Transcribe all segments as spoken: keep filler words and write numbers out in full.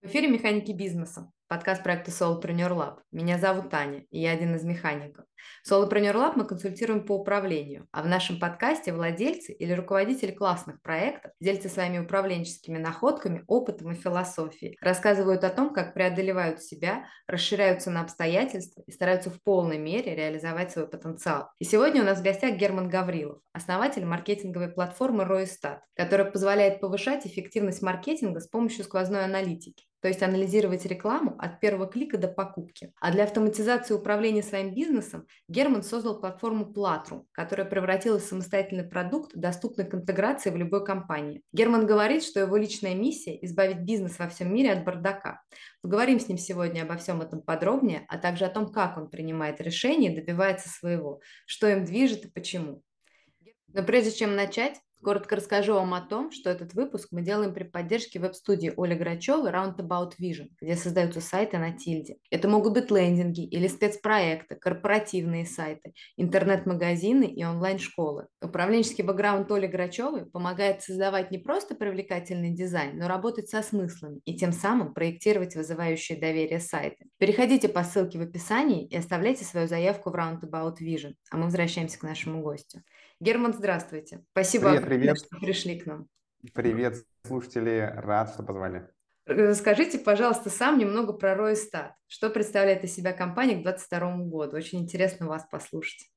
В эфире «Механики бизнеса», подкаст проекта Solopreneur Lab. Меня зовут Таня, и я один из механиков. В Solopreneur Lab мы консультируем по управлению, а в нашем подкасте владельцы или руководители классных проектов делятся своими управленческими находками, опытом и философией, рассказывают о том, как преодолевают себя, расширяются на обстоятельства и стараются в полной мере реализовать свой потенциал. И сегодня у нас в гостях Герман Гаврилов, основатель маркетинговой платформы Roystat, которая позволяет повышать эффективность маркетинга с помощью сквозной аналитики. То есть анализировать рекламу от первого клика до покупки. А для автоматизации управления своим бизнесом Герман создал платформу Platrum, которая превратилась в самостоятельный продукт, доступный к интеграции в любой компании. Герман говорит, что его личная миссия – избавить бизнес во всем мире от бардака. Поговорим с ним сегодня обо всем этом подробнее, а также о том, как он принимает решения и добивается своего, что им движет и почему. Но прежде чем начать, коротко расскажу вам о том, что этот выпуск мы делаем при поддержке веб-студии Оли Грачевой Roundabout Vision, где создаются сайты на тильде. Это могут быть лендинги или спецпроекты, корпоративные сайты, интернет-магазины и онлайн-школы. Управленческий бэкграунд Оли Грачевой помогает создавать не просто привлекательный дизайн, но работать со смыслами и тем самым проектировать вызывающие доверие сайты. Переходите по ссылке в описании и оставляйте свою заявку в Roundabout Vision, а мы возвращаемся к нашему гостю. Герман, здравствуйте. Спасибо Привет, огромное, привет. что пришли к нам. Привет, слушатели. Рад, что позвали. Расскажите, пожалуйста, сам немного про Roystat. Что представляет из себя компания к двадцать второму году? Очень интересно вас послушать.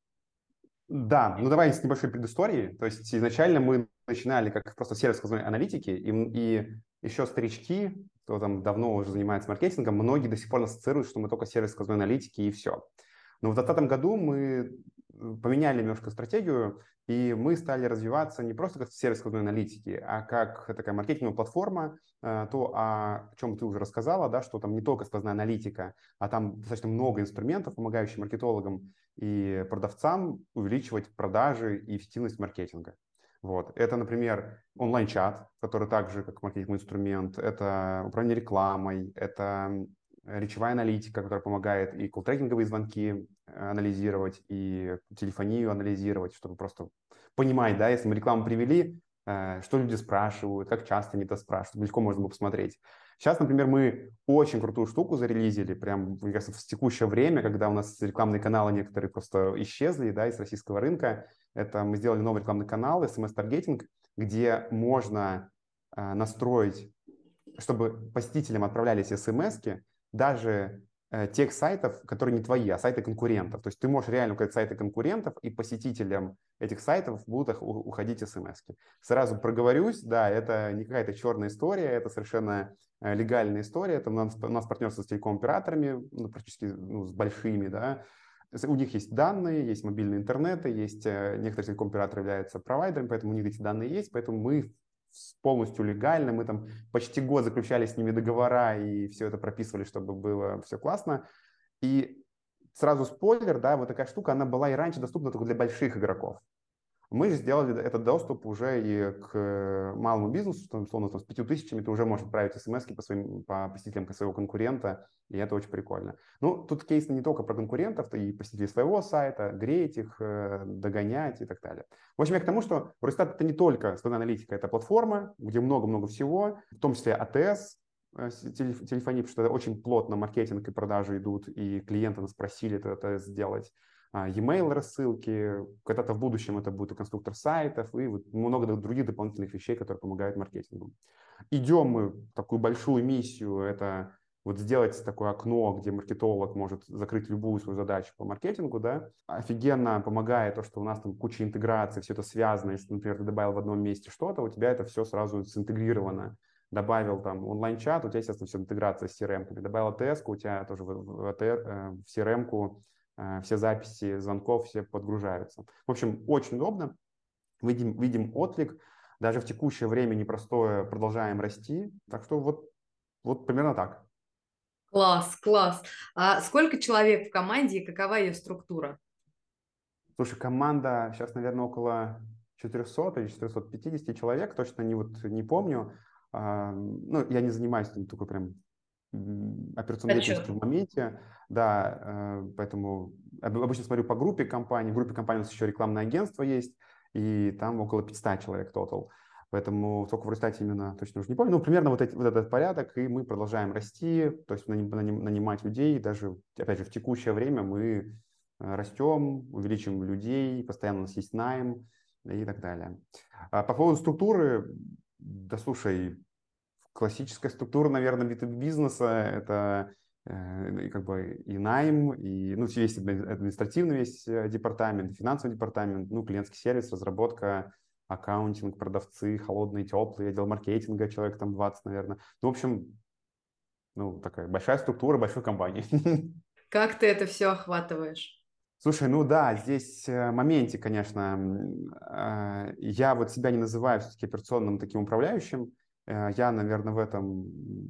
Да, ну давай с небольшой предысторией. То есть изначально мы начинали как просто сервис сквозной аналитики, и, и еще старички, кто там давно уже занимается маркетингом, многие до сих пор нас ассоциируют, что мы только сервис сквозной аналитики и все. Но в двадцать двадцатом году мы поменяли немножко стратегию, и мы стали развиваться не просто как сервис сквозной аналитики, а как такая маркетинговая платформа, э, то, о чем ты уже рассказала, да, что там не только сквозная аналитика, а там достаточно много инструментов, помогающих маркетологам и продавцам увеличивать продажи и эффективность маркетинга. Вот. Это, например, онлайн-чат, который также как маркетинговый инструмент, это управление рекламой, это речевая аналитика, которая помогает и колл-трекинговые звонки анализировать, и телефонию анализировать, чтобы просто понимать, да, если мы рекламу привели, что люди спрашивают, как часто они это спрашивают, легко можно было посмотреть. Сейчас, например, мы очень крутую штуку зарелизили, прям, мне кажется, в текущее время, когда у нас рекламные каналы некоторые просто исчезли, да, из российского рынка. Это мы сделали новый рекламный канал, эс эм эс-таргетинг, где можно э, настроить, чтобы посетителям отправлялись эс эм эс-ки, даже э, тех сайтов, которые не твои, а сайты конкурентов. То есть ты можешь реально указать сайты конкурентов, и посетителям этих сайтов будут уходить эс эм эс-ки. Сразу проговорюсь, да, это не какая-то черная история, это совершенно э, легальная история. Это у нас, у нас партнерство с телеком-операторами, ну, практически ну, с большими, да. У них есть данные, есть мобильные интернеты, есть э, некоторые телеком-операторы являются провайдерами, поэтому у них эти данные есть, поэтому мы полностью легально, мы там почти год заключали с ними договора и все это прописывали, чтобы было все классно. И сразу спойлер, да, вот такая штука, она была и раньше доступна только для больших игроков. Мы же сделали этот доступ уже и к малому бизнесу, что, условно, там, с пятью тысячами ты уже можешь отправить смс по своим по посетителям своего конкурента, и это очень прикольно. Ну, тут кейс не только про конкурентов, то и посетителей своего сайта, греть их, догонять и так далее. В общем, я к тому, что Roystat — это не только сквозная аналитика, это платформа, где много-много всего, в том числе а тэ эс, телефонии, потому что это очень плотно маркетинг и продажи идут, и клиенты нас просили это сделать. E-mail рассылки, когда-то в будущем это будет и конструктор сайтов, и вот много других дополнительных вещей, которые помогают маркетингу. Идем мы в такую большую миссию, это вот сделать такое окно, где маркетолог может закрыть любую свою задачу по маркетингу, да. Офигенно помогает то, что у нас там куча интеграций, все это связано. Если, например, ты добавил в одном месте что-то, у тебя это все сразу синтегрировано. Добавил там онлайн-чат, у тебя, естественно, все интеграция с си эр эм-ками. Добавил эй ти эс, у тебя тоже в, в, в си эр эм-ку все записи звонков все подгружаются. В общем, очень удобно. Видим, видим отклик. Даже в текущее время непростое продолжаем расти. Так что вот, вот примерно так. Класс, класс. А сколько человек в команде и какова ее структура? Слушай, команда сейчас, наверное, около четырехсот или четырехсот пятидесяти человек. Точно не, вот, не помню. А, ну, я не занимаюсь такой прям операционной деятельностью в Отчетом. моменте, да, э, поэтому обычно смотрю по группе компаний. В группе компаний у нас еще рекламное агентство есть, и там около пятисот человек тотал. Поэтому сколько в Росстате именно точно уже не помню. Ну, примерно вот, эти, вот этот порядок, и мы продолжаем расти, то есть наним, наним, нанимать людей. Даже, опять же, в текущее время мы растем, увеличиваем людей, постоянно у нас есть найм и так далее. А по поводу структуры, да слушай, классическая структура, наверное, би ту би бизнеса — это э, и как бы и найм, и ну, весь административный весь департамент, финансовый департамент, ну, клиентский сервис, разработка, аккаунтинг, продавцы, холодные, теплые, отдел маркетинга, человек там двадцать, наверное. Ну, в общем, ну, такая большая структура большой компании. Как ты это все охватываешь? Слушай, ну да, здесь э, в моменте, конечно, э, я вот себя не называю все-таки операционным таким управляющим. Э, Я, наверное, в этом,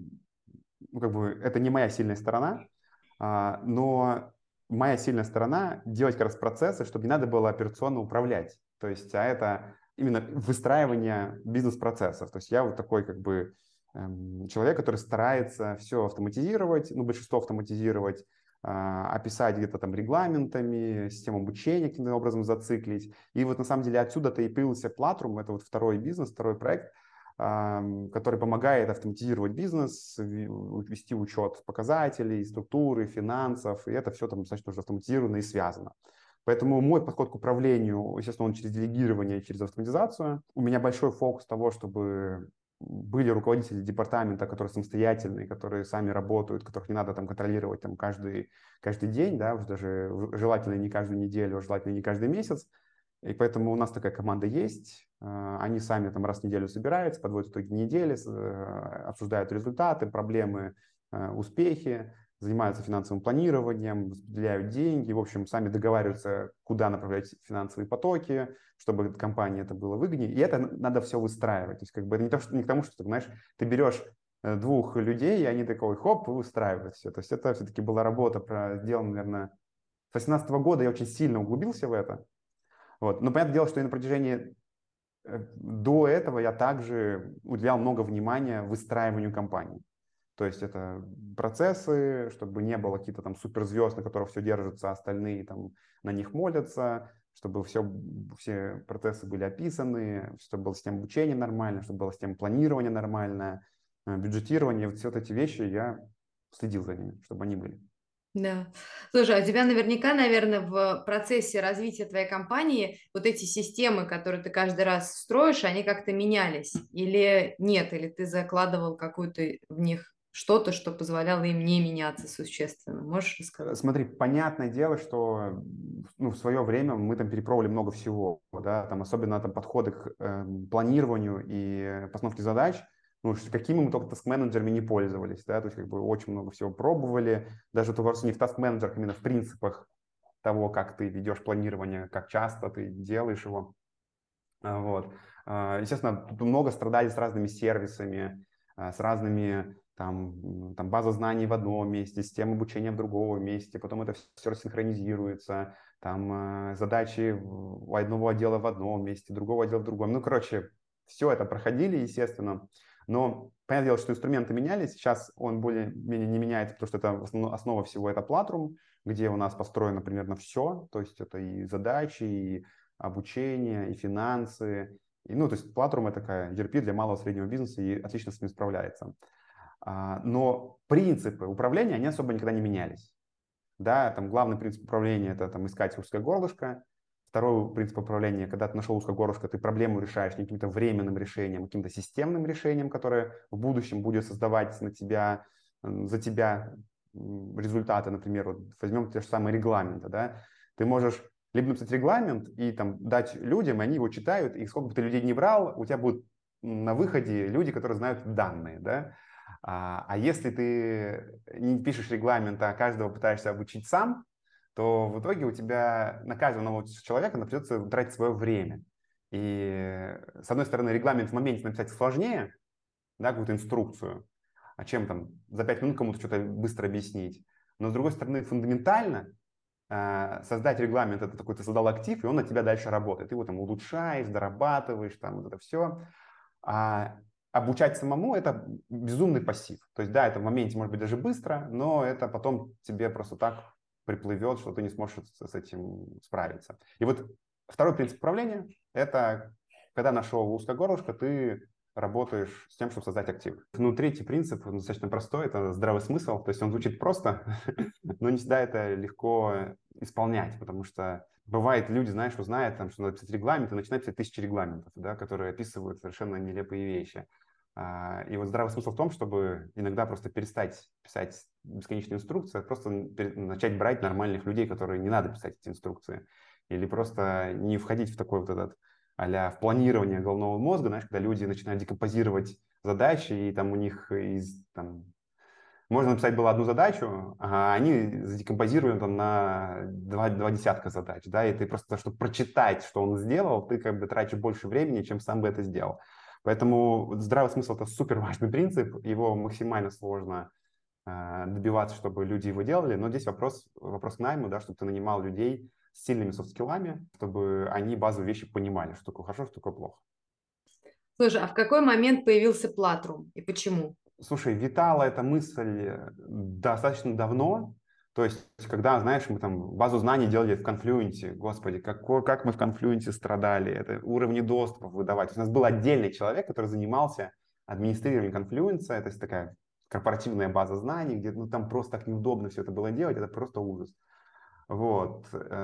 ну, как бы, это не моя сильная сторона, а, но моя сильная сторона — делать как раз процессы, чтобы не надо было операционно управлять. То есть, а это именно выстраивание бизнес-процессов. То есть я вот такой как бы эм, человек, который старается все автоматизировать, ну, большинство автоматизировать, а, описать где-то там регламентами, систему обучения каким-то образом зациклить. И вот на самом деле отсюда-то и появился Platrum, это вот второй бизнес, второй проект, который помогает автоматизировать бизнес, вести учет показателей, структуры, финансов, и это все там достаточно уже автоматизировано и связано. Поэтому мой подход к управлению, естественно, он через делегирование, через автоматизацию. У меня большой фокус того, чтобы были руководители департамента, которые самостоятельные, которые сами работают, которых не надо там контролировать там, каждый, каждый день, да, уже даже желательно не каждую неделю, а желательно не каждый месяц. И поэтому у нас такая команда есть. Они сами там раз в неделю собираются, подводят итоги недели, обсуждают результаты, проблемы, успехи, занимаются финансовым планированием, распределяют деньги, в общем, сами договариваются, куда направлять финансовые потоки, чтобы компании это было выгоднее. И это надо все выстраивать. То есть как бы это не, то, что, не к тому, что, знаешь, ты берешь двух людей, и они такой, хоп, и выстраивают все. То есть это все-таки была работа, сделана, наверное, с две тысячи восемнадцатого года я очень сильно углубился в это. Вот. Но понятное дело, что и на протяжении до этого я также уделял много внимания выстраиванию компании. То есть это процессы, чтобы не было каких-то там суперзвезд, на которых все держится, а остальные там на них молятся, чтобы все, все процессы были описаны, чтобы была система обучения нормальная, чтобы была система планирования нормальная, бюджетирование. Вот все вот эти вещи я следил за ними, чтобы они были. Да. Слушай, а у тебя наверняка, наверное, в процессе развития твоей компании вот эти системы, которые ты каждый раз строишь, они как-то менялись? Или нет? Или ты закладывал какую-то в них что-то, что позволяло им не меняться существенно? Можешь рассказать? Смотри, понятное дело, что ну, в свое время мы там перепробовали много всего, да, там особенно там подходы к э, планированию и постановке задач, ну, какими мы только таск-менеджерами не пользовались, да, то есть как бы очень много всего пробовали, даже это вопрос не в таск-менеджерах, именно в принципах того, как ты ведешь планирование, как часто ты делаешь его, вот. Естественно, много страдали с разными сервисами, с разными там, там база знаний в одном месте, система обучения в другом месте, потом это все рассинхронизируется, там задачи у одного отдела в одном месте, другого отдела в другом. Ну, короче, все это проходили, естественно, но понятное дело, что инструменты менялись, сейчас он более-менее не меняется, потому что это основа всего это Platrum, где у нас построено примерно все, то есть это и задачи, и обучение, и финансы. И, ну, то есть Platrum — это такая и эр пи для малого и среднего бизнеса и отлично с ним справляется. А, но принципы управления, они особо никогда не менялись. Да, там главный принцип управления — это там, искать узкое горлышко. Второй принцип управления — когда ты нашел узкое горлышко, ты проблему решаешь не каким-то временным решением, а каким-то системным решением, которое в будущем будет создавать на тебя, за тебя результаты. Например, вот возьмем те же самые регламенты. Да? Ты можешь либо написать регламент и там дать людям, и они его читают, и сколько бы ты людей не брал, у тебя будут на выходе люди, которые знают данные. Да? А, а если ты не пишешь регламент, а каждого пытаешься обучить сам, то в итоге у тебя на каждого нового человека придется тратить свое время. И с одной стороны, регламент в моменте написать сложнее, да, какую-то инструкцию, а чем там за пять минут кому-то что-то быстро объяснить. Но с другой стороны, фундаментально э, создать регламент — это такой, ты создал актив, и он на тебя дальше работает. Ты его там улучшаешь, дорабатываешь, там вот это все. А обучать самому — это безумный пассив. То есть да, это в моменте может быть даже быстро, но это потом тебе просто так приплывет, что ты не сможешь с этим справиться. И вот второй принцип управления — это когда нашел узкое горлышко, ты работаешь с тем, чтобы создать актив. Ну, третий принцип, он достаточно простой, это здравый смысл. То есть он звучит просто, но не всегда это легко исполнять, потому что бывает, люди, знаешь, узнают, там, что надо писать регламент, и начинают писать тысячи регламентов, да, которые описывают совершенно нелепые вещи. А, И вот здравый смысл в том, чтобы иногда просто перестать писать бесконечные инструкции, а просто пере- начать брать нормальных людей, которые не надо писать эти инструкции. Или просто не входить в такой вот этот а-ля в планирование головного мозга, знаешь, когда люди начинают декомпозировать задачи, и там у них из, там, можно написать было одну задачу, а они задекомпозировали там на два, два десятка задач, да, и ты просто, чтобы прочитать, что он сделал, ты как бы тратишь больше времени, чем сам бы это сделал. Поэтому здравый смысл – это супер важный принцип, его максимально сложно э, добиваться, чтобы люди его делали, но здесь вопрос, вопрос к найму, да, чтобы ты нанимал людей с сильными софт-скиллами, чтобы они базовые вещи понимали, что такое хорошо, что такое плохо. Слушай, а в какой момент появился Платрум и почему? Слушай, витала эта мысль э, достаточно давно. То есть, когда, знаешь, мы там базу знаний делали в Confluent, господи, какой, как мы в Confluent страдали, это уровни доступов выдавать. То есть у нас был отдельный человек, который занимался администрированием Confluent, это есть такая корпоративная база знаний, где ну, там просто так неудобно все это было делать, это просто ужас. Вот.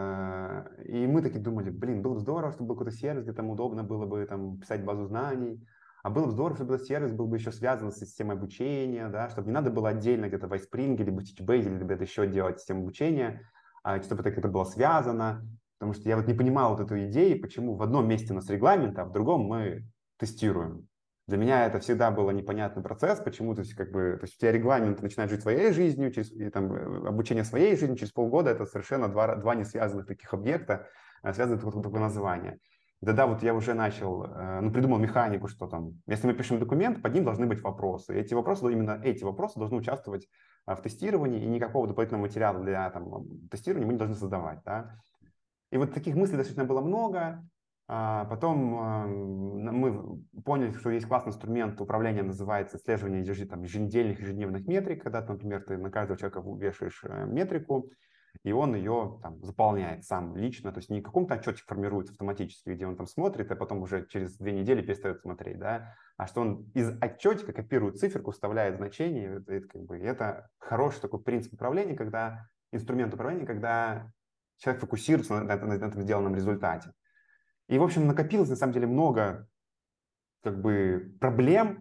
э, И мы такие думали, блин, было бы здорово, чтобы был какой-то сервис, где там удобно было бы там, писать базу знаний. А было бы здорово, чтобы этот сервис был бы еще связан с системой обучения, да, чтобы не надо было отдельно где-то в iSpring, либо в TeachBase, либо где-то еще делать систему обучения, а чтобы это как-то было связано. Потому что я вот не понимал вот эту идею, почему в одном месте у нас регламент, а в другом мы тестируем. Для меня это всегда был непонятный процесс, почему то есть, как бы, то есть у тебя регламент начинает жить своей жизнью, через, и, там, э, обучение своей жизнью, через полгода это совершенно два, два не связанных таких объекта, а связаны только такое название. Да-да, вот я уже начал, э, ну, придумал механику, что там, если мы пишем документ, под ним должны быть вопросы. И эти вопросы, именно эти вопросы должны участвовать а, в тестировании, и никакого дополнительного материала для там, тестирования мы не должны создавать, да. И вот таких мыслей достаточно было много. А Потом а, мы поняли, что есть классный инструмент управления, называется отслеживание ежи- там, еженедельных, ежедневных метрик, когда, например, ты на каждого человека вешаешь э, метрику, и он ее там, заполняет сам лично, то есть не в каком-то отчете формируется автоматически, где он там смотрит, а потом уже через две недели перестает смотреть, да, а что он из отчетика копирует циферку, вставляет значение, это, это, как бы, это хороший такой принцип управления, когда инструмент управления, когда человек фокусируется на, на, на этом сделанном результате. И, в общем, накопилось, на самом деле, много как бы проблем.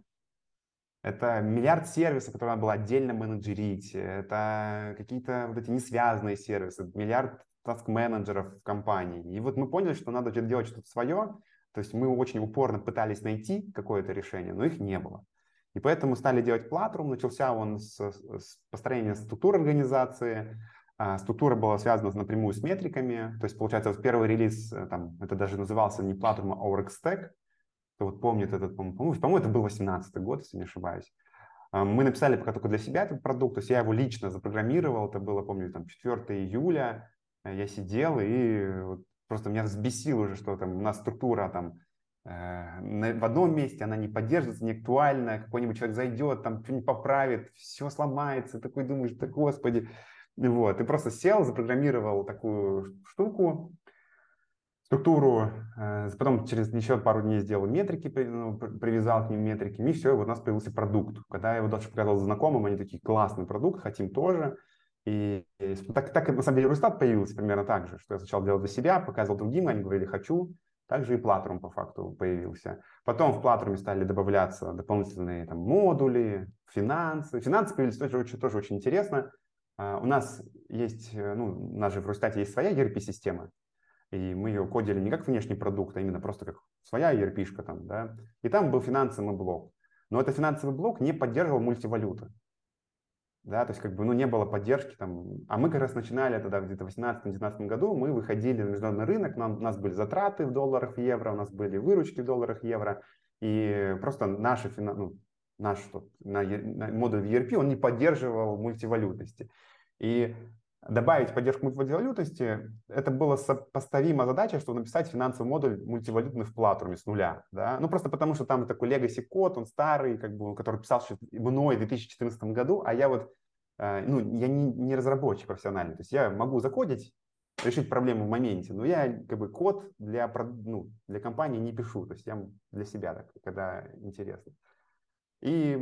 Это миллиард сервисов, которые надо было отдельно менеджерить. Это какие-то вот эти несвязанные сервисы, миллиард таск-менеджеров в компании. И вот мы поняли, что надо делать что-то свое. То есть мы очень упорно пытались найти какое-то решение, но их не было. И поэтому стали делать Platform. Начался он с, с построения структуры организации. А, Структура была связана напрямую с метриками. То есть, получается, вот первый релиз, э, там, это даже назывался не Platform, а OrgStack. Кто вот помнит этот, по-моему, по-моему, это был восемнадцатый год, если не ошибаюсь. А, Мы написали пока только для себя этот продукт, то есть я его лично запрограммировал, это было, помню, там четвёртого июля, э, я сидел и вот просто меня взбесило уже, что там у нас структура там э, на- в одном месте, она не поддерживается, не актуальна, какой-нибудь человек зайдет, там что-нибудь поправит, все сломается, такой думаешь, да господи. Вот, и просто сел, запрограммировал такую штуку, структуру, э, потом через еще пару дней сделал метрики, при- ну, при- привязал к ним метрики, и все, и вот у нас появился продукт. Когда я его дальше показал знакомым, они такие, классный продукт, хотим тоже. И, и так, так на самом деле Рустат появился примерно так же, что я сначала делал для себя, показывал другим, они говорили «хочу», также и Platform по факту появился. Потом в Platform стали добавляться дополнительные там, модули, финансы. Финансы появились тоже очень, тоже очень интересно. А, У нас есть, э, ну, у нас же в Рустате есть своя и эр пи-система, и мы ее кодили не как внешний продукт, а именно просто как своя и эр пи-шка там, да. И там был финансовый блок. Но этот финансовый блок не поддерживал мультивалюты. Да, то есть как бы, ну, не было поддержки там. А мы как раз начинали тогда где-то в восемнадцатом-девятнадцатом году, мы выходили на международный рынок, нам, у нас были затраты в долларах, в евро, у нас были выручки в долларах, евро, и просто наши, фина- ну, наш что, на, е- на модуль в и эр пи, он не поддерживал мультивалютности. И добавить поддержку мультивалютности, это была сопоставима задача, чтобы написать финансовый модуль мультивалютный в платформе с нуля. Да? Ну, просто потому, что там такой legacy код, он старый, как бы, который писался мной в две тысячи четырнадцатом году, а я вот, э, ну, я не, не разработчик профессиональный, то есть я могу закодить, решить проблему в моменте. Но я как бы код для, ну, для компании не пишу, то есть я для себя так, когда интересно. И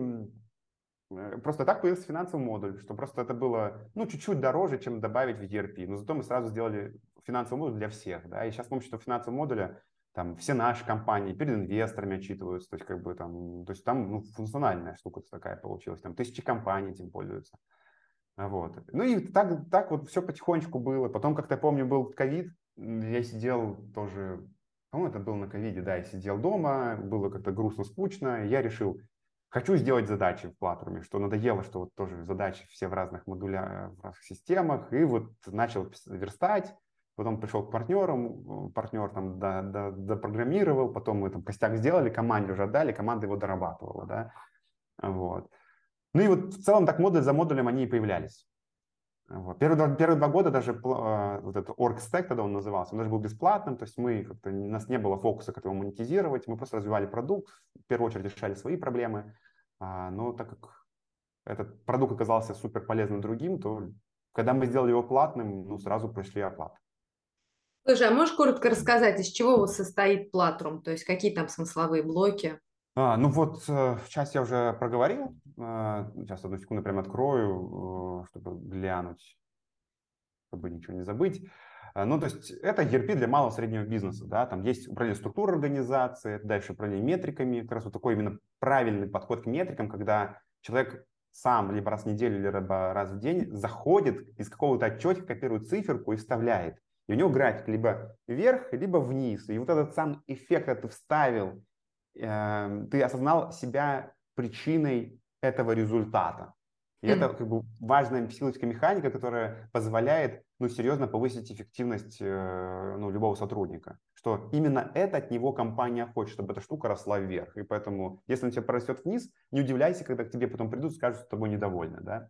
просто так появился финансовый модуль, что просто это было, ну, чуть-чуть дороже, чем добавить в и эр пи. Но зато мы сразу сделали финансовый модуль для всех, да, и сейчас с помощью этого финансового модуля там все наши компании перед инвесторами отчитываются, то есть как бы там, то есть там ну, функциональная штука такая получилась, там тысячи компаний этим пользуются. Вот. Ну и так, так вот все потихонечку было. Потом, как-то помню, был ковид, я сидел тоже, по-моему, это было на ковиде, да, я сидел дома, было как-то грустно, скучно, и я решил, хочу сделать задачи в платформе, что надоело, что вот тоже задачи все в разных модулях, в разных системах, и вот начал верстать. Потом пришел к партнерам, партнер там допрограммировал, потом мы там костяк сделали, команде уже отдали, команда его дорабатывала, да, вот. Ну и вот в целом так модуль за модулем они и появлялись. Вот. Первые, первые два года даже э, вот этот OrgStack, тогда он назывался, он даже был бесплатным, то есть мы как-то, у нас не было фокуса как его монетизировать, мы просто развивали продукт, в первую очередь решали свои проблемы, а, но так как этот продукт оказался супер полезным другим, то когда мы сделали его платным, ну сразу пришли оплаты. Слушай, а можешь коротко рассказать, из чего у вас состоит Платрум? То есть какие там смысловые блоки? А, ну вот, э, часть я уже проговорил. Э, сейчас одну секунду прям открою, э, чтобы глянуть, чтобы ничего не забыть. Э, Ну, то есть это и эр пи для малого и среднего бизнеса. Да? Там есть управление структурой организации, дальше управление метриками. Как раз вот такой именно правильный подход к метрикам, когда человек сам либо раз в неделю, либо раз в день заходит из какого-то отчета, копирует циферку и вставляет. И у него график либо вверх, либо вниз. И вот этот сам эффект, когда ты вставил, э, ты осознал себя причиной этого результата. И это Хм. как бы важная психологическая механика, которая позволяет ну, серьезно повысить эффективность э, ну, любого сотрудника. Что именно это от него компания хочет, чтобы эта штука росла вверх. И поэтому, если он тебя порастет вниз, не удивляйся, когда к тебе потом придут и скажут, что тобой недовольны. Да?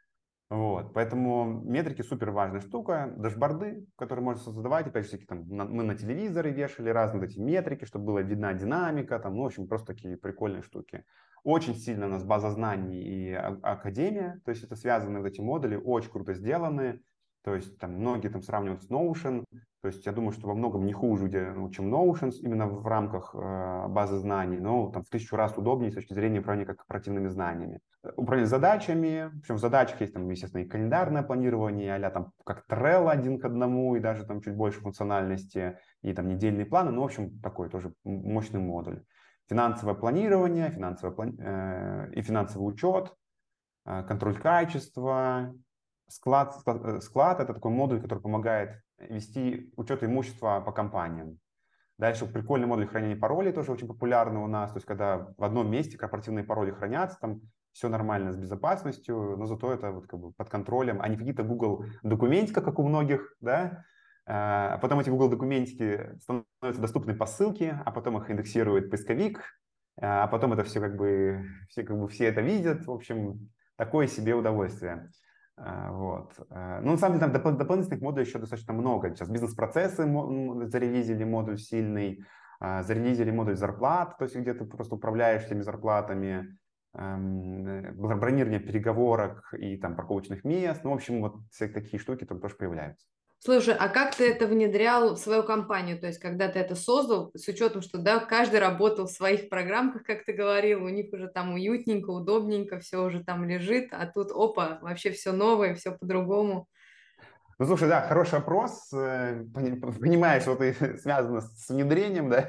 Вот, поэтому метрики супер важная штука, дашборды, которые можно создавать, опять же, всякие там, на, мы на телевизоры вешали разные эти метрики, чтобы была видна динамика, там, ну, в общем, просто такие прикольные штуки. Очень сильно у нас база знаний и а- академия, то есть это связанные вот эти модули, очень круто сделаны, то есть там многие там сравнивают с Notion, то есть я думаю, что во многом не хуже, где, ну, чем Notion именно в рамках э, базы знаний, но там в тысячу раз удобнее с точки зрения управления как корпоративными знаниями. Управление задачами, причем в задачах есть там, естественно, и календарное планирование, а там как Trello один к одному, и даже там чуть больше функциональности, и там недельные планы, ну, в общем, такой тоже мощный модуль. Финансовое планирование, финансовое плани... э, и финансовый учет, э, контроль качества, склад, склад, э, склад – это такой модуль, который помогает вести учет имущества по компаниям. Дальше прикольный модуль хранения паролей тоже очень популярный у нас. То есть когда в одном месте корпоративные пароли хранятся, там все нормально с безопасностью, но зато это вот как бы под контролем, а не какие-то Google документика, как у многих, да. А потом эти Google документики становятся доступны по ссылке, а потом их индексирует поисковик, а потом это все как бы все как бы все это видят. В общем, такое себе удовольствие. А, Вот. А, Ну, на самом деле, там доп- дополнительных модулей еще достаточно много. Сейчас бизнес-процессы мо- зарелизили модуль сильный, а, зарелизили модуль зарплат, то есть где ты просто управляешь всеми зарплатами, эм, э, бронирование переговорок и там парковочных мест. Ну, в общем, вот все такие штуки там тоже появляются. Слушай, а как ты это внедрял в свою компанию? То есть, когда ты это создал, с учетом, что да, каждый работал в своих программках, как ты говорил, у них уже там уютненько, удобненько, все уже там лежит, а тут опа, вообще все новое, все по-другому. Ну, слушай, да, хороший вопрос. Э, пони- Понимаешь, что ты связано с внедрением, да?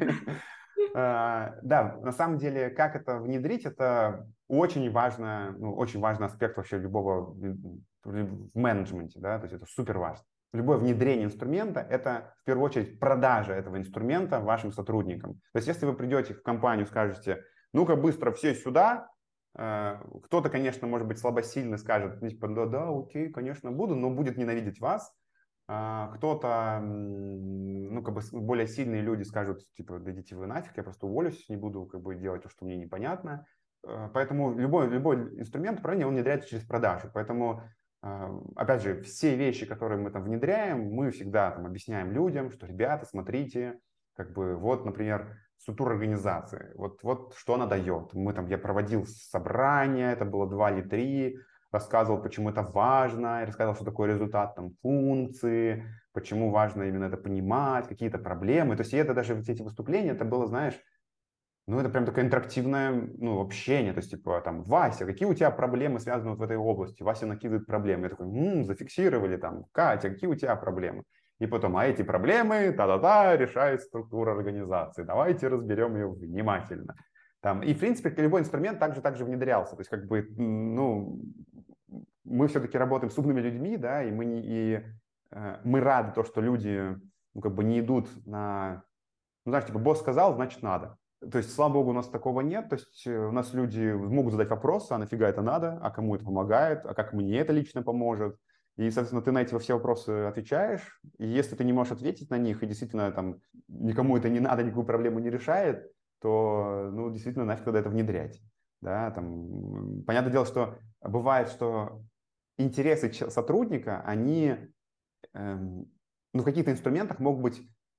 А, Да, на самом деле, как это внедрить, это очень важно, ну, очень важный аспект вообще любого в в менеджменте, да, то есть это супер важно. Любое внедрение инструмента – это в первую очередь продажа этого инструмента вашим сотрудникам. То есть если вы придете в компанию и скажете, ну-ка быстро все сюда, э, кто-то, конечно, может быть слабосильный, скажет, ну, типа, да, да, окей, конечно, буду, но будет ненавидеть вас. А, кто-то, м, ну, как бы с- более сильные люди скажут, типа, да идите вы нафиг, я просто уволюсь, не буду, как бы, делать то, что мне непонятно. Э, Поэтому любой, любой инструмент управления, он внедряется через продажи. Поэтому, а, опять же, все вещи, которые мы там внедряем, мы всегда там объясняем людям, что, ребята, смотрите, как бы, вот, например, структура организации, вот, вот что она дает. Мы там, я проводил собрание, это было два или три, рассказывал, почему это важно, и рассказывал, что такое результат там функции, почему важно именно это понимать, какие-то проблемы. То есть и это даже вот эти выступления, это было, знаешь, ну, это прям такое интерактивное, ну, общение. То есть, типа, там, Вася, какие у тебя проблемы связаны вот в этой области? Вася накидывает проблемы. Я такой, м, зафиксировали там. Катя, какие у тебя проблемы? И потом, а эти проблемы, та-та-та, решает структура организации. Давайте разберем ее внимательно. Там, и, в принципе, любой инструмент также, также внедрялся. То есть, как бы, ну, мы все-таки работаем с умными людьми, да, и мы, не, и, э, мы рады то, что люди, ну, как бы не идут на... Ну, знаешь, типа, босс сказал, значит, надо. То есть, слава богу, у нас такого нет. То есть, э, у нас люди могут задать вопросы, а нафига это надо, а кому это помогает, а как мне это лично поможет. И, соответственно, ты на эти все вопросы отвечаешь. И если ты не можешь ответить на них, и действительно там никому это не надо, никакую проблему не решает, то, ну, действительно, нафиг тогда это внедрять. Да, там, понятное дело, что бывает, что интересы сотрудника, они эм, ну, в каких-то инструментах могут быть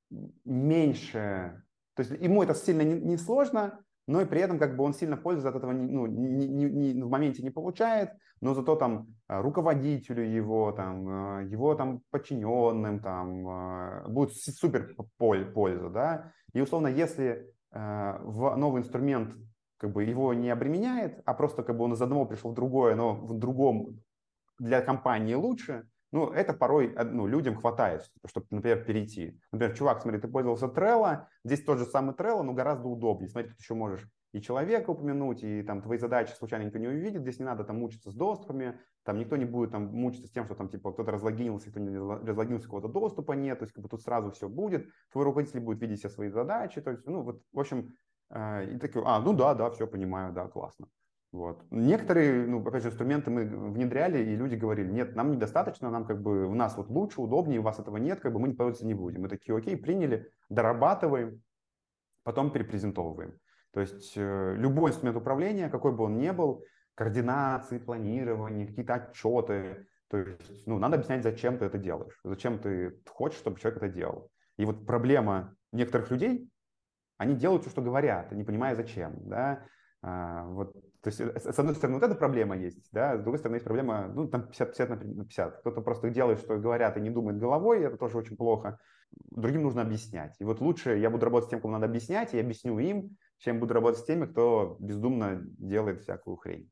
меньше. То есть ему это сильно не, не сложно, но и при этом как бы он сильно пользы от этого не, ну, не, не, не, в моменте не получает, но зато там руководителю его, там, его там подчиненным там, будет супер польза. Да? И условно, если в новый инструмент как бы его не обременяет, а просто как бы он из одного пришел в другое, но в другом для компании лучше, ну, это порой ну, людям хватает, чтобы, например, перейти. Например, чувак, смотри, ты пользовался Trello, здесь тот же самый Trello, но гораздо удобнее. Смотри, тут еще можешь и человека упомянуть, и там твои задачи случайно никто не увидит, здесь не надо там мучиться с доступами, там никто не будет там мучиться с тем, что там типа кто-то разлогинился, кто не разлогинился, какого-то доступа нет, то есть как бы тут сразу все будет, твой руководитель будет видеть все свои задачи, то есть, ну, вот, в общем, э, и такие, а, ну да, да, все понимаю, да, классно. Вот. Некоторые, ну, опять же, инструменты мы внедряли, и люди говорили, нет, нам недостаточно, нам как бы, у нас вот лучше, удобнее, у вас этого нет, как бы мы не пользоваться не будем. Мы такие, окей, приняли, дорабатываем, потом перепрезентовываем. То есть э, любой инструмент управления, какой бы он ни был, координации, планирование, какие-то отчеты, то есть, ну, надо объяснять, зачем ты это делаешь, зачем ты хочешь, чтобы человек это делал. И вот проблема некоторых людей, они делают все, что говорят, не понимая зачем, да, а, вот, то есть, с одной стороны, вот эта проблема есть, да, с другой стороны, есть проблема, ну, там пятьдесят пятьдесят на пятьдесят. Кто-то просто делает, что говорят, и не думает головой, это тоже очень плохо. Другим нужно объяснять. И вот лучше я буду работать с тем, кому надо объяснять, и объясню им, чем буду работать с теми, кто бездумно делает всякую хрень.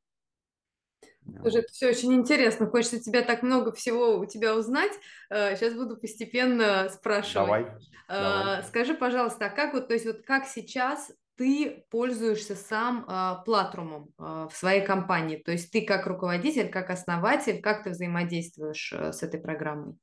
Слушай, Вот. это все очень интересно. Хочется тебя так много всего у тебя узнать. Сейчас буду постепенно спрашивать. Давай, давай. Э, Скажи, пожалуйста, а как вот, то есть вот как сейчас ты пользуешься сам э, Платрумом э, в своей компании? То есть ты как руководитель, как основатель, как ты взаимодействуешь э, с этой программой?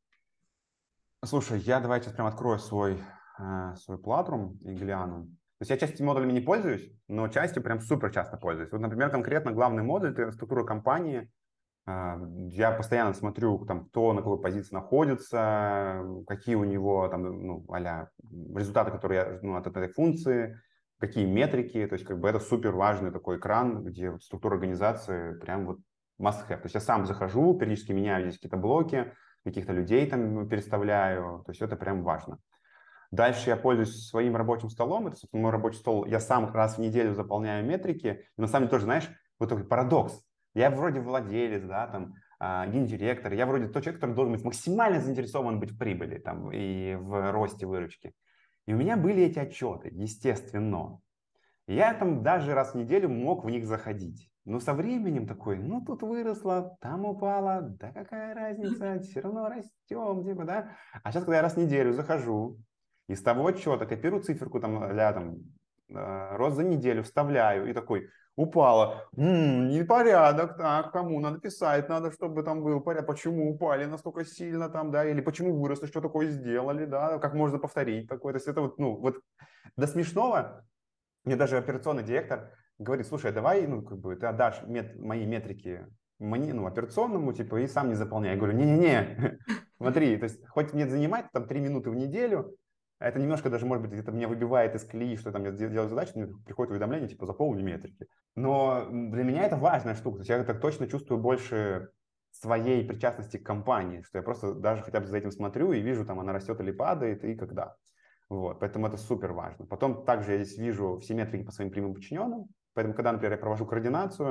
Слушай, я давай сейчас прям открою свой, э, свой Platinum и гляну. То есть я частью модулями не пользуюсь, но частью прям супер часто пользуюсь. Вот, например, конкретно главный модуль– это структура компании. Э, Я постоянно смотрю, там, кто на какой позиции находится, какие у него там, ну, а-ля результаты, которые я, ну, от этой функции, какие метрики. То есть как бы это супер важный такой экран, где вот структура организации прям вот must have. То есть я сам захожу, периодически меняю здесь какие-то блоки, каких-то людей там переставляю, то есть это прям важно. Дальше я пользуюсь своим рабочим столом, это, собственно, мой рабочий стол, я сам раз в неделю заполняю метрики, и на самом деле тоже, знаешь, вот такой парадокс. Я вроде владелец, да, там, а, гендиректор, я вроде тот человек, который должен быть максимально заинтересован быть в прибыли там, и в росте выручки. И у меня были эти отчеты, естественно. И я там даже раз в неделю мог в них заходить. Но со временем такой, ну тут выросло, там упало, да какая разница, все равно растем, типа, да. А сейчас, когда я раз в неделю захожу, из того отчета копирую циферку там, а там э, рост за неделю, вставляю и такой, упало, м-м, непорядок, так, кому надо писать, надо, чтобы там был порядок, почему упали настолько сильно там, да, или почему выросли, что такое сделали, да, как можно повторить такое, то есть это вот, ну, вот до смешного. Мне даже операционный директор говорит, слушай, давай, ну, как бы, ты отдашь мет, мои метрики мне, ну, операционному, типа, и сам не заполняй. Я говорю, не-не-не, смотри, то есть, хоть мне занимать там три минуты в неделю, а это немножко даже, может быть, где-то меня выбивает из колеи, что там я делаю задачу, мне приходит уведомление, типа, заполни метрики. Но для меня это важная штука, то есть я так точно чувствую больше своей причастности к компании, что я просто даже хотя бы за этим смотрю и вижу, там она растет или падает, и когда. Вот, поэтому это супер важно. Потом также я здесь вижу все метрики по своим прямым подчиненным. Поэтому, когда, например, я провожу координацию,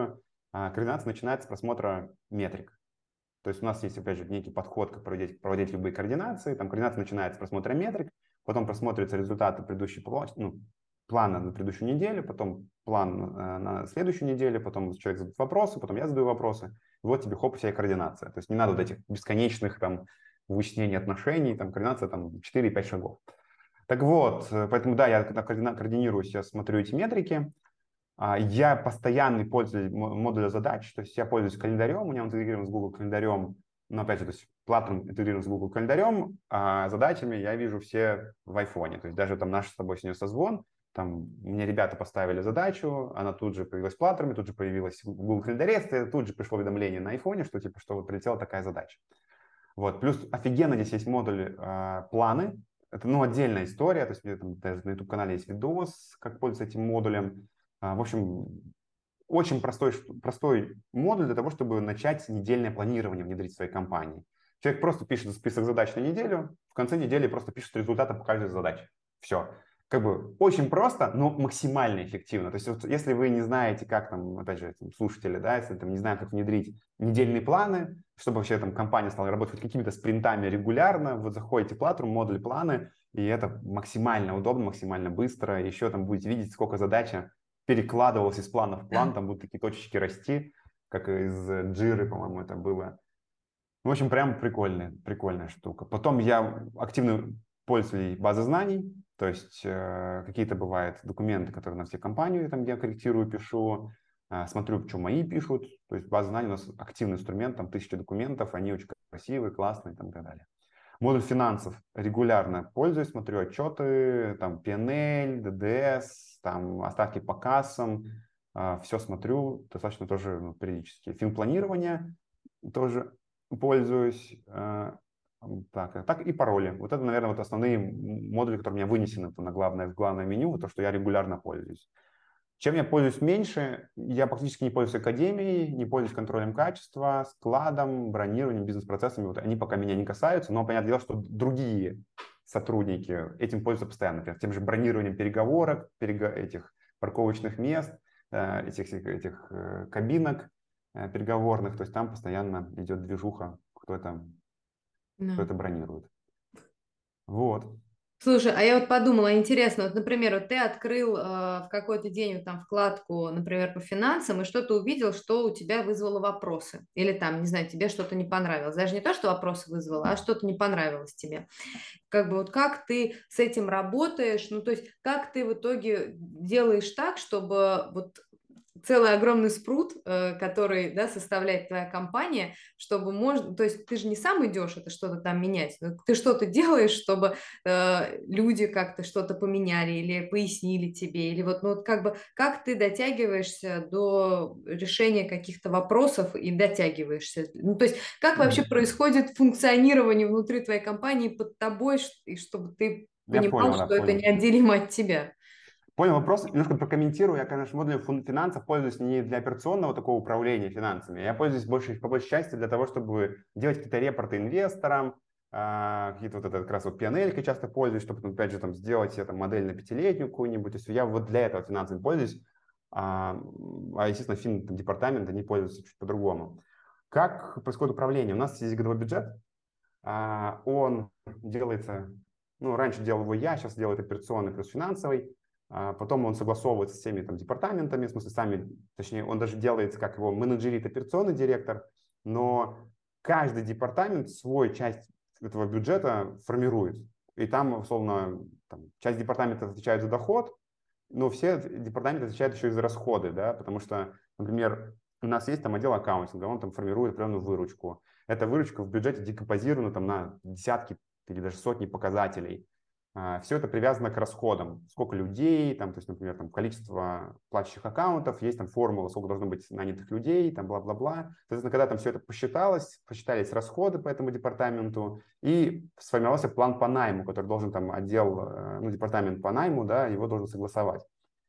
А координация начинается с просмотра метрик. То есть у нас есть, опять же, некий подход, как проводить, проводить любые координации. Там координация начинается с просмотра метрик, потом просматриваются результаты предыдущей ну, плана на предыдущую неделю, потом план э, на следующую неделю, потом человек задает вопросы, потом я задаю вопросы. И вот тебе хоп, вся координация. То есть не надо вот этих бесконечных там вычислений отношений, там координация там четыре-пять шагов. Так вот, э, поэтому да, я когда координируюсь, я смотрю эти метрики. Я постоянный пользователь модуля задач, то есть я пользуюсь календарем, у меня он интегрирован с Google календарем, но опять же, то есть Platinum интегрирован с Google календарем, а задачами я вижу все в айфоне, то есть даже там наш с тобой сегодня созвон, там мне ребята поставили задачу, она тут же появилась в Platinum, тут же появилась в Google календаре, тут же пришло уведомление на айфоне, что типа, что вот прилетела такая задача. Вот. Плюс офигенно здесь есть модуль э, планы, это ну, отдельная история, то есть мне там даже на YouTube-канале есть видос, как пользоваться этим модулем. В общем, очень простой, простой модуль для того, чтобы начать недельное планирование внедрить в своей компании. Человек просто пишет список задач на неделю, в конце недели просто пишет результаты по каждой задаче. Все. Как бы очень просто, но максимально эффективно. То есть вот, если вы не знаете, как там, опять же, там, слушатели, да, если там не знают, как внедрить недельные планы, чтобы вообще там компания стала работать какими-то спринтами регулярно, вот заходите в Platinum, модуль планы, и это максимально удобно, максимально быстро. Еще там будете видеть, сколько задача перекладывалась из плана в план, там будут такие точечки расти, как из Jira, по-моему, это было. В общем, прям прикольная, прикольная штука. Потом я активный пользователь базы знаний, то есть э, какие-то бывают документы, которые на все компании, там я корректирую, пишу, э, смотрю, что мои пишут. То есть база знаний у нас активный инструмент, там тысячи документов, они очень красивые, классные там, и так далее. Модуль финансов регулярно пользуюсь, смотрю отчеты, там пи эн эль, ди ди эс, там остатки по кассам, э, все смотрю достаточно тоже ну, периодически. Финпланирование тоже пользуюсь. Э, так, так и пароли. Вот это, наверное, вот основные модули, которые у меня вынесены на главное, в главное меню, то, что я регулярно пользуюсь. Чем я пользуюсь меньше? Я практически не пользуюсь академией, не пользуюсь контролем качества, складом, бронированием, бизнес-процессами. Вот они пока меня не касаются, но понятное дело, что другие сотрудники этим пользуются постоянно. Например, тем же бронированием переговорок, перего... этих парковочных мест, э, этих, этих э, кабинок э, переговорных. То есть там постоянно идет движуха, кто это, кто это бронирует. Вот. Слушай, а я вот подумала, интересно, вот, например, вот ты открыл э, в какой-то день вот там вкладку, например, по финансам, и что-то увидел, что у тебя вызвало вопросы. Или там, не знаю, тебе что-то не понравилось. Даже не то, что вопросы вызвало, а что-то не понравилось тебе. Как бы вот как ты с этим работаешь, ну то есть как ты в итоге делаешь так, чтобы вот целый огромный спрут, э, который, да, составляет твоя компания, чтобы можно, то есть ты же не сам идешь это что-то там менять, но ты что-то делаешь, чтобы э, люди как-то что-то поменяли или пояснили тебе, или вот, ну вот как бы, как ты дотягиваешься до решения каких-то вопросов и дотягиваешься, ну то есть как вообще происходит функционирование внутри твоей компании под тобой, и чтобы ты Я понимал, понял, да, что это понял. неотделимо от тебя. Понял вопрос. Немножко прокомментирую. Я, конечно, модулем финансов пользуюсь не для операционного такого управления финансами. Я пользуюсь больше, по большей части для того, чтобы делать какие-то репорты инвесторам, а, какие-то вот это как раз вот пи эн эль часто пользуюсь, чтобы, опять же, там, сделать себе, там, модель на пятилетнюю какую-нибудь. То есть я вот для этого финансами пользуюсь. А, а естественно, фин-департамент, они пользуются чуть по-другому. Как происходит управление? У нас есть годовой бюджет. А, он делается, ну, раньше делал его я, сейчас делает операционный плюс финансовый. А потом он согласовывается с всеми там департаментами, в смысле сами, точнее, он даже делается, как его менеджерит операционный директор, но каждый департамент свою часть этого бюджета формирует. И там, условно, там, часть департамента отвечает за доход, но все департаменты отвечают еще и за расходы, да, потому что, например, у нас есть там отдел аккаунтинга, он там формирует определенную выручку. Эта выручка в бюджете декомпозирована там на десятки или даже сотни показателей. Все это привязано к расходам. Сколько людей, там, то есть, например, там, количество платящих аккаунтов, есть там формула, сколько должно быть нанятых людей, там, бла-бла-бла. Соответственно, когда там все это посчиталось, посчитались расходы по этому департаменту, и сформировался план по найму, который должен там отдел, ну, департамент по найму, да, его должен согласовать.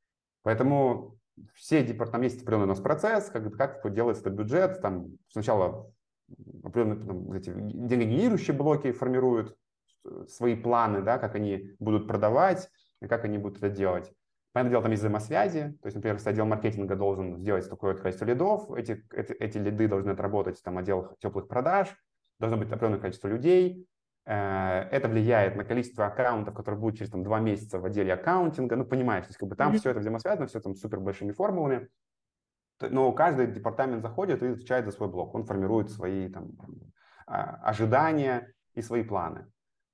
Поэтому все департаменты, есть определенный у нас процесс, как, как делается этот бюджет, там сначала определенные там, эти деньгогенерирующие блоки формируют свои планы, да, как они будут продавать, и как они будут это делать. Понятное дело, там есть взаимосвязи, то есть, например, если отдел маркетинга должен сделать такое количество лидов, эти, эти, эти лиды должны отработать там отдел теплых продаж, должно быть определенное количество людей, это влияет на количество аккаунтов, которые будут через там, два месяца в отделе аккаунтинга, ну, понимаешь, то есть как бы там mm-hmm. все это взаимосвязано, все там супер большими формулами, но каждый департамент заходит и отвечает за свой блок, он формирует свои там, ожидания и свои планы.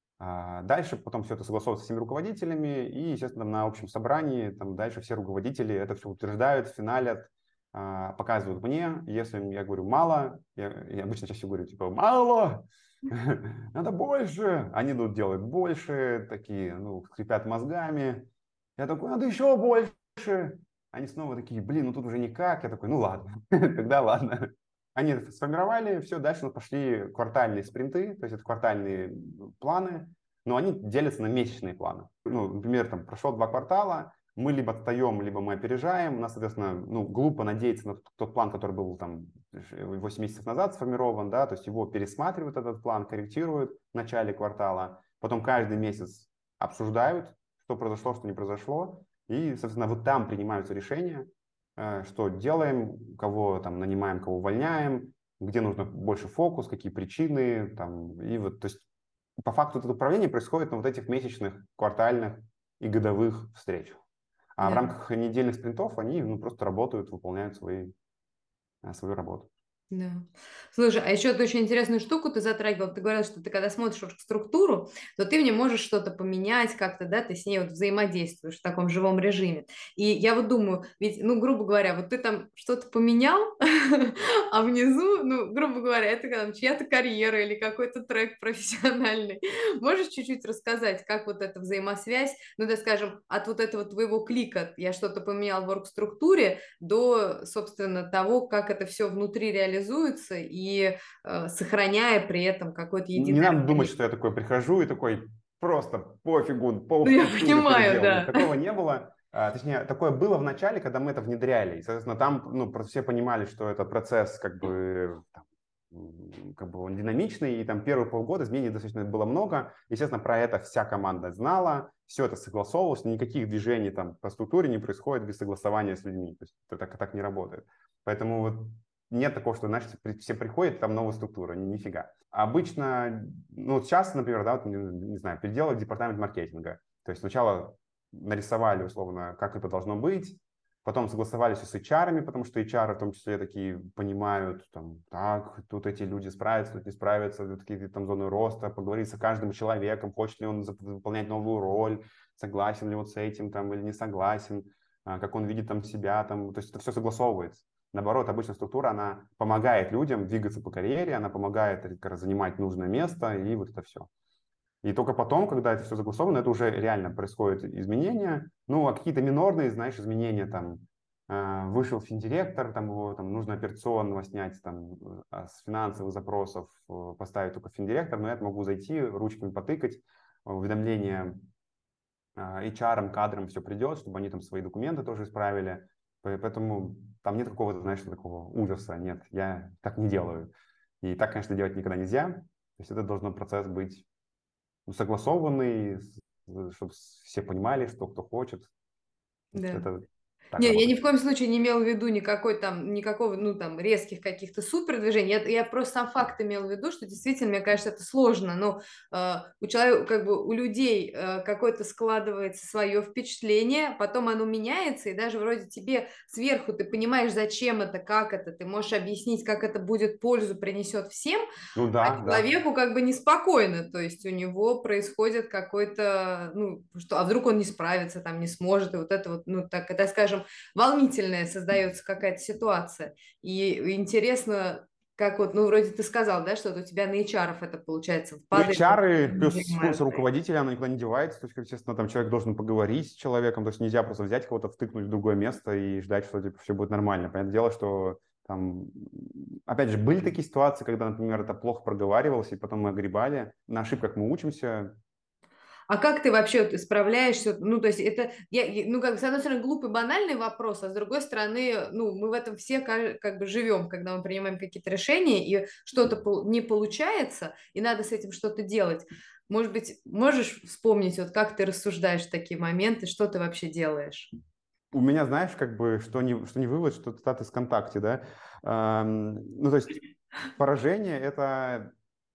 Дальше потом все это согласовывается с всеми руководителями, и, естественно, на общем собрании там дальше все руководители это все утверждают, финалят, показывают мне. Если я говорю мало, я, я обычно чаще говорю типа мало, надо больше. Они идут делают больше, такие, ну, скрипят мозгами. Я такой, надо еще больше. Они снова такие, блин, ну тут уже никак. Я такой, ну ладно, тогда ладно. Они сформировали, все, дальше пошли квартальные спринты, то есть это квартальные планы, но они делятся на месячные планы. Ну, например, там прошло два квартала, мы либо отстаем, либо мы опережаем. У нас, соответственно, ну, глупо надеяться на тот план, который был там восемь месяцев назад сформирован, да, то есть его пересматривают этот план, корректируют в начале квартала, потом каждый месяц обсуждают, что произошло, что не произошло, и, соответственно, вот там принимаются решения, что делаем, кого там нанимаем, кого увольняем, где нужно больше фокус, какие причины, там, и вот, то есть по факту это управление происходит на вот этих месячных, квартальных и годовых встречах. А да. в рамках недельных спринтов они ну, просто работают, выполняют свои, свою работу. Да. Слушай, а еще ты очень интересную штуку ты затрагивал. Ты говорил, что ты когда смотришь структуру, то ты в ней можешь что-то поменять как-то, да, ты с ней вот взаимодействуешь в таком живом режиме. И я вот думаю, ведь, ну, грубо говоря, вот ты там что-то поменял, а внизу, ну, грубо говоря, это там чья-то карьера или какой-то трек профессиональный. Можешь чуть-чуть рассказать, как вот эта взаимосвязь, ну, да, скажем, от вот этого твоего клика, я что-то поменял в орг-структуре, до, собственно, того, как это все внутри реализуется, реализуется и э, сохраняя при этом какой-то единый... Не надо думать, что я такой прихожу и такой просто пофигу, пол ну, я понимаю, да. Нет, такого не было. А, точнее, такое было в начале, когда мы это внедряли. И, соответственно, там ну, все понимали, что это процесс как бы, там, как бы он динамичный, и там первые полгода изменений достаточно было много. Естественно, про это вся команда знала, все это согласовывалось, никаких движений там по структуре не происходит без согласования с людьми. То есть это так, так не работает. Поэтому вот нет такого, что, значит, все приходят, там новая структура, нифига. Обычно, ну, сейчас, например, да, вот, не знаю, переделать департамент маркетинга. То есть сначала нарисовали, условно, как это должно быть, потом согласовались с эйч ар, потому что эйч ар в том числе такие понимают, там, так, тут эти люди справятся, тут не справятся, тут какие-то там зоны роста, поговорить с каждым человеком, хочет ли он выполнять новую роль, согласен ли вот с этим там или не согласен, как он видит там себя, там, то есть это все согласовывается. Наоборот, обычно структура, она помогает людям двигаться по карьере, она помогает занимать нужное место и вот это все. И только потом, когда это все согласовано, это уже реально происходят изменения. Ну, а какие-то минорные, знаешь, изменения, там, э, вышел финдиректор, там его там, нужно операционного снять там, с финансовых запросов, э, поставить только финдиректор, но я могу зайти, ручками потыкать, уведомление э, эйч ар, кадрам все придет, чтобы они там свои документы тоже исправили. Поэтому там нет какого-то, знаешь, такого ужаса. Нет, я так не делаю. И так, конечно, делать никогда нельзя. То есть это должен процесс быть согласованный, чтобы все понимали, что кто хочет. Да. Это так Нет, работает. я ни в коем случае не имела в виду никакой там, никакого, ну, там, резких каких-то супердвижений. Я, я просто сам факт имела в виду, что действительно, мне кажется, это сложно. Но э, у человека, как бы, у людей э, какое-то складывается свое впечатление, потом оно меняется, и даже вроде тебе сверху ты понимаешь, зачем это, как это, ты можешь объяснить, как это будет пользу принесет всем, ну, да, а человеку да. как бы неспокойно, то есть у него происходит какой-то, ну, что, а вдруг он не справится, там, не сможет, и вот это вот, ну, так, это, скажем, волнительная создается какая-то ситуация. И интересно, как вот, ну, вроде ты сказал, да, что вот у тебя на эйч ар это получается Ну, падает. эйч ар плюс функция руководителя, она никуда не девается. То есть, естественно, там человек должен поговорить с человеком. То есть нельзя просто взять кого-то, втыкнуть в другое место и ждать, что типа, все будет нормально. Понятное дело, что там, опять же, были такие ситуации, когда, например, это плохо проговаривалось, и потом мы огребали. На ошибках мы учимся. А как ты вообще справляешься? Ну, то есть это, я, ну, как, с одной стороны, глупый, банальный вопрос, а с другой стороны, ну, мы в этом все как, как бы живем, когда мы принимаем какие-то решения, и что-то не получается, и надо с этим что-то делать. Может быть, можешь вспомнить, вот как ты рассуждаешь в такие моменты, что ты вообще делаешь? У меня, знаешь, как бы, что не, что не вывод, что цитаты с ВКонтакте, да. Эм, ну, то есть поражение– это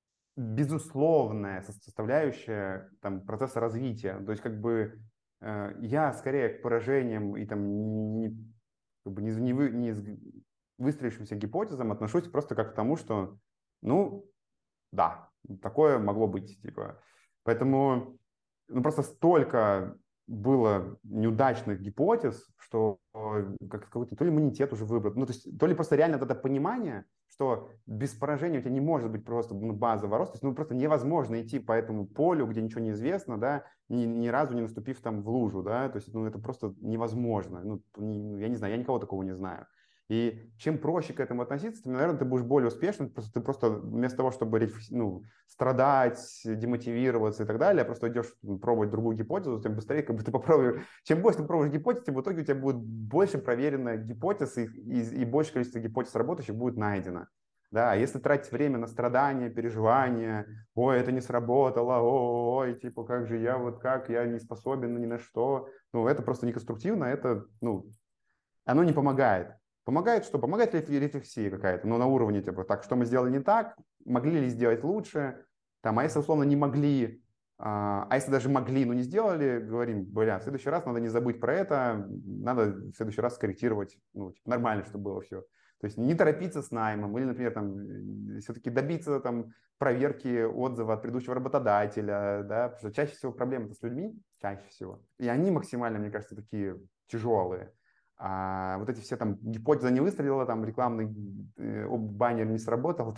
безусловная составляющая там, процесса развития. То есть как бы э, я скорее к поражениям и там не, как бы не, не, вы, не с выстроившимся гипотезам отношусь просто как к тому, что, ну, да, такое могло быть, типа. Поэтому ну, просто столько было неудачных гипотез, что э, как какой-то то ли иммунитет уже выбран, ну, то есть то ли просто реально вот это понимание, что без поражения у тебя не может быть просто ну, базового роста, то есть ну, просто невозможно идти по этому полю, где ничего не известно, да, ни, ни разу не наступив там в лужу, да, то есть ну, это просто невозможно, ну, не, я не знаю, я никого такого не знаю. И чем проще к этому относиться, тем, наверное, ты будешь более успешным. Просто ты просто вместо того, чтобы ну, страдать, демотивироваться и так далее, просто идешь пробовать другую гипотезу, тем быстрее как бы ты попробуешь. Чем больше ты пробуешь гипотез, тем в итоге у тебя будет больше проверенных гипотез и, и, и большее количество гипотез работающих будет найдено. Да, а если тратить время на страдания, переживания, ой, это не сработало, ой, типа, как же я, вот как, я не способен ни на что, ну, это просто неконструктивно, это, ну, оно не помогает. Помогает что? Помогает рефлексия какая-то, но на уровне типа, так, что мы сделали не так, могли ли сделать лучше, там, а если условно не могли, а, а если даже могли, но не сделали, говорим, бля, в следующий раз надо не забыть про это, надо в следующий раз скорректировать, ну, типа, нормально, чтобы было все. То есть не торопиться с наймом, или, например, там, все-таки добиться там, проверки отзыва от предыдущего работодателя, да, потому что чаще всего проблемы с людьми, чаще всего, и они максимально, мне кажется, такие тяжелые. А вот эти все там гипотеза не выстрелила, там рекламный э, баннер не сработал.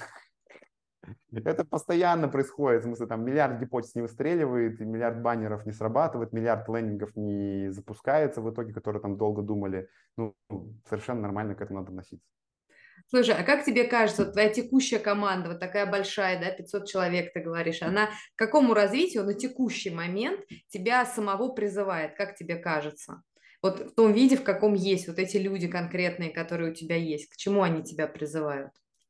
Это постоянно происходит. В смысле, там миллиард гипотез не выстреливает, и миллиард баннеров не срабатывает, миллиард лендингов не запускается в итоге, которые там долго думали. Ну, совершенно нормально к этому надо относиться. Слушай, а как тебе кажется, вот твоя текущая команда, вот такая большая, да, пятьсот человек, ты говоришь, она к какому развитию на текущий момент тебя самого призывает, как тебе кажется? Вот в том виде, в каком есть вот эти люди конкретные, которые у тебя есть, к чему они тебя призывают?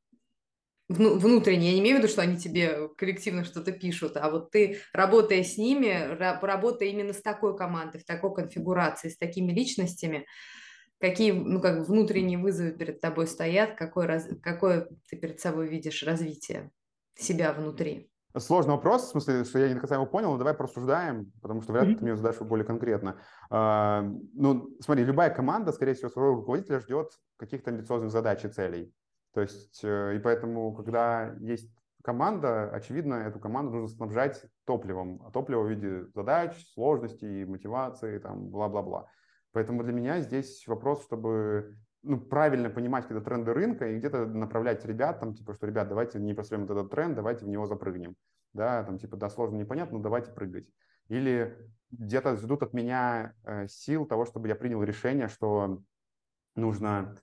Вну- внутренне, я не имею в виду, что они тебе коллективно что-то пишут, а вот ты, работая с ними, ра- работая именно с такой командой, в такой конфигурации, с такими личностями, какие, ну, как бы внутренние вызовы перед тобой стоят, какой раз, какое ты перед собой видишь развитие себя внутри? Сложный вопрос, в смысле, что я не до конца его понял, но давай порассуждаем, потому что вряд ли ты мне задашь его более конкретно. А, ну, смотри, любая команда, скорее всего, своего руководителя ждет каких-то амбициозных задач и целей. То есть, э, и поэтому, когда есть команда, очевидно, эту команду нужно снабжать топливом, а топливо в виде задач, сложностей, мотивации, там, бла-бла-бла. Поэтому для меня здесь вопрос, чтобы ну, правильно понимать какие-то тренды рынка и где-то направлять ребят, там, типа, что, ребят, давайте не просрем этот тренд, давайте в него запрыгнем. Да, там, типа, да, сложно, непонятно, но давайте прыгать. Или где-то ждут от меня э, сил того, чтобы я принял решение, что нужно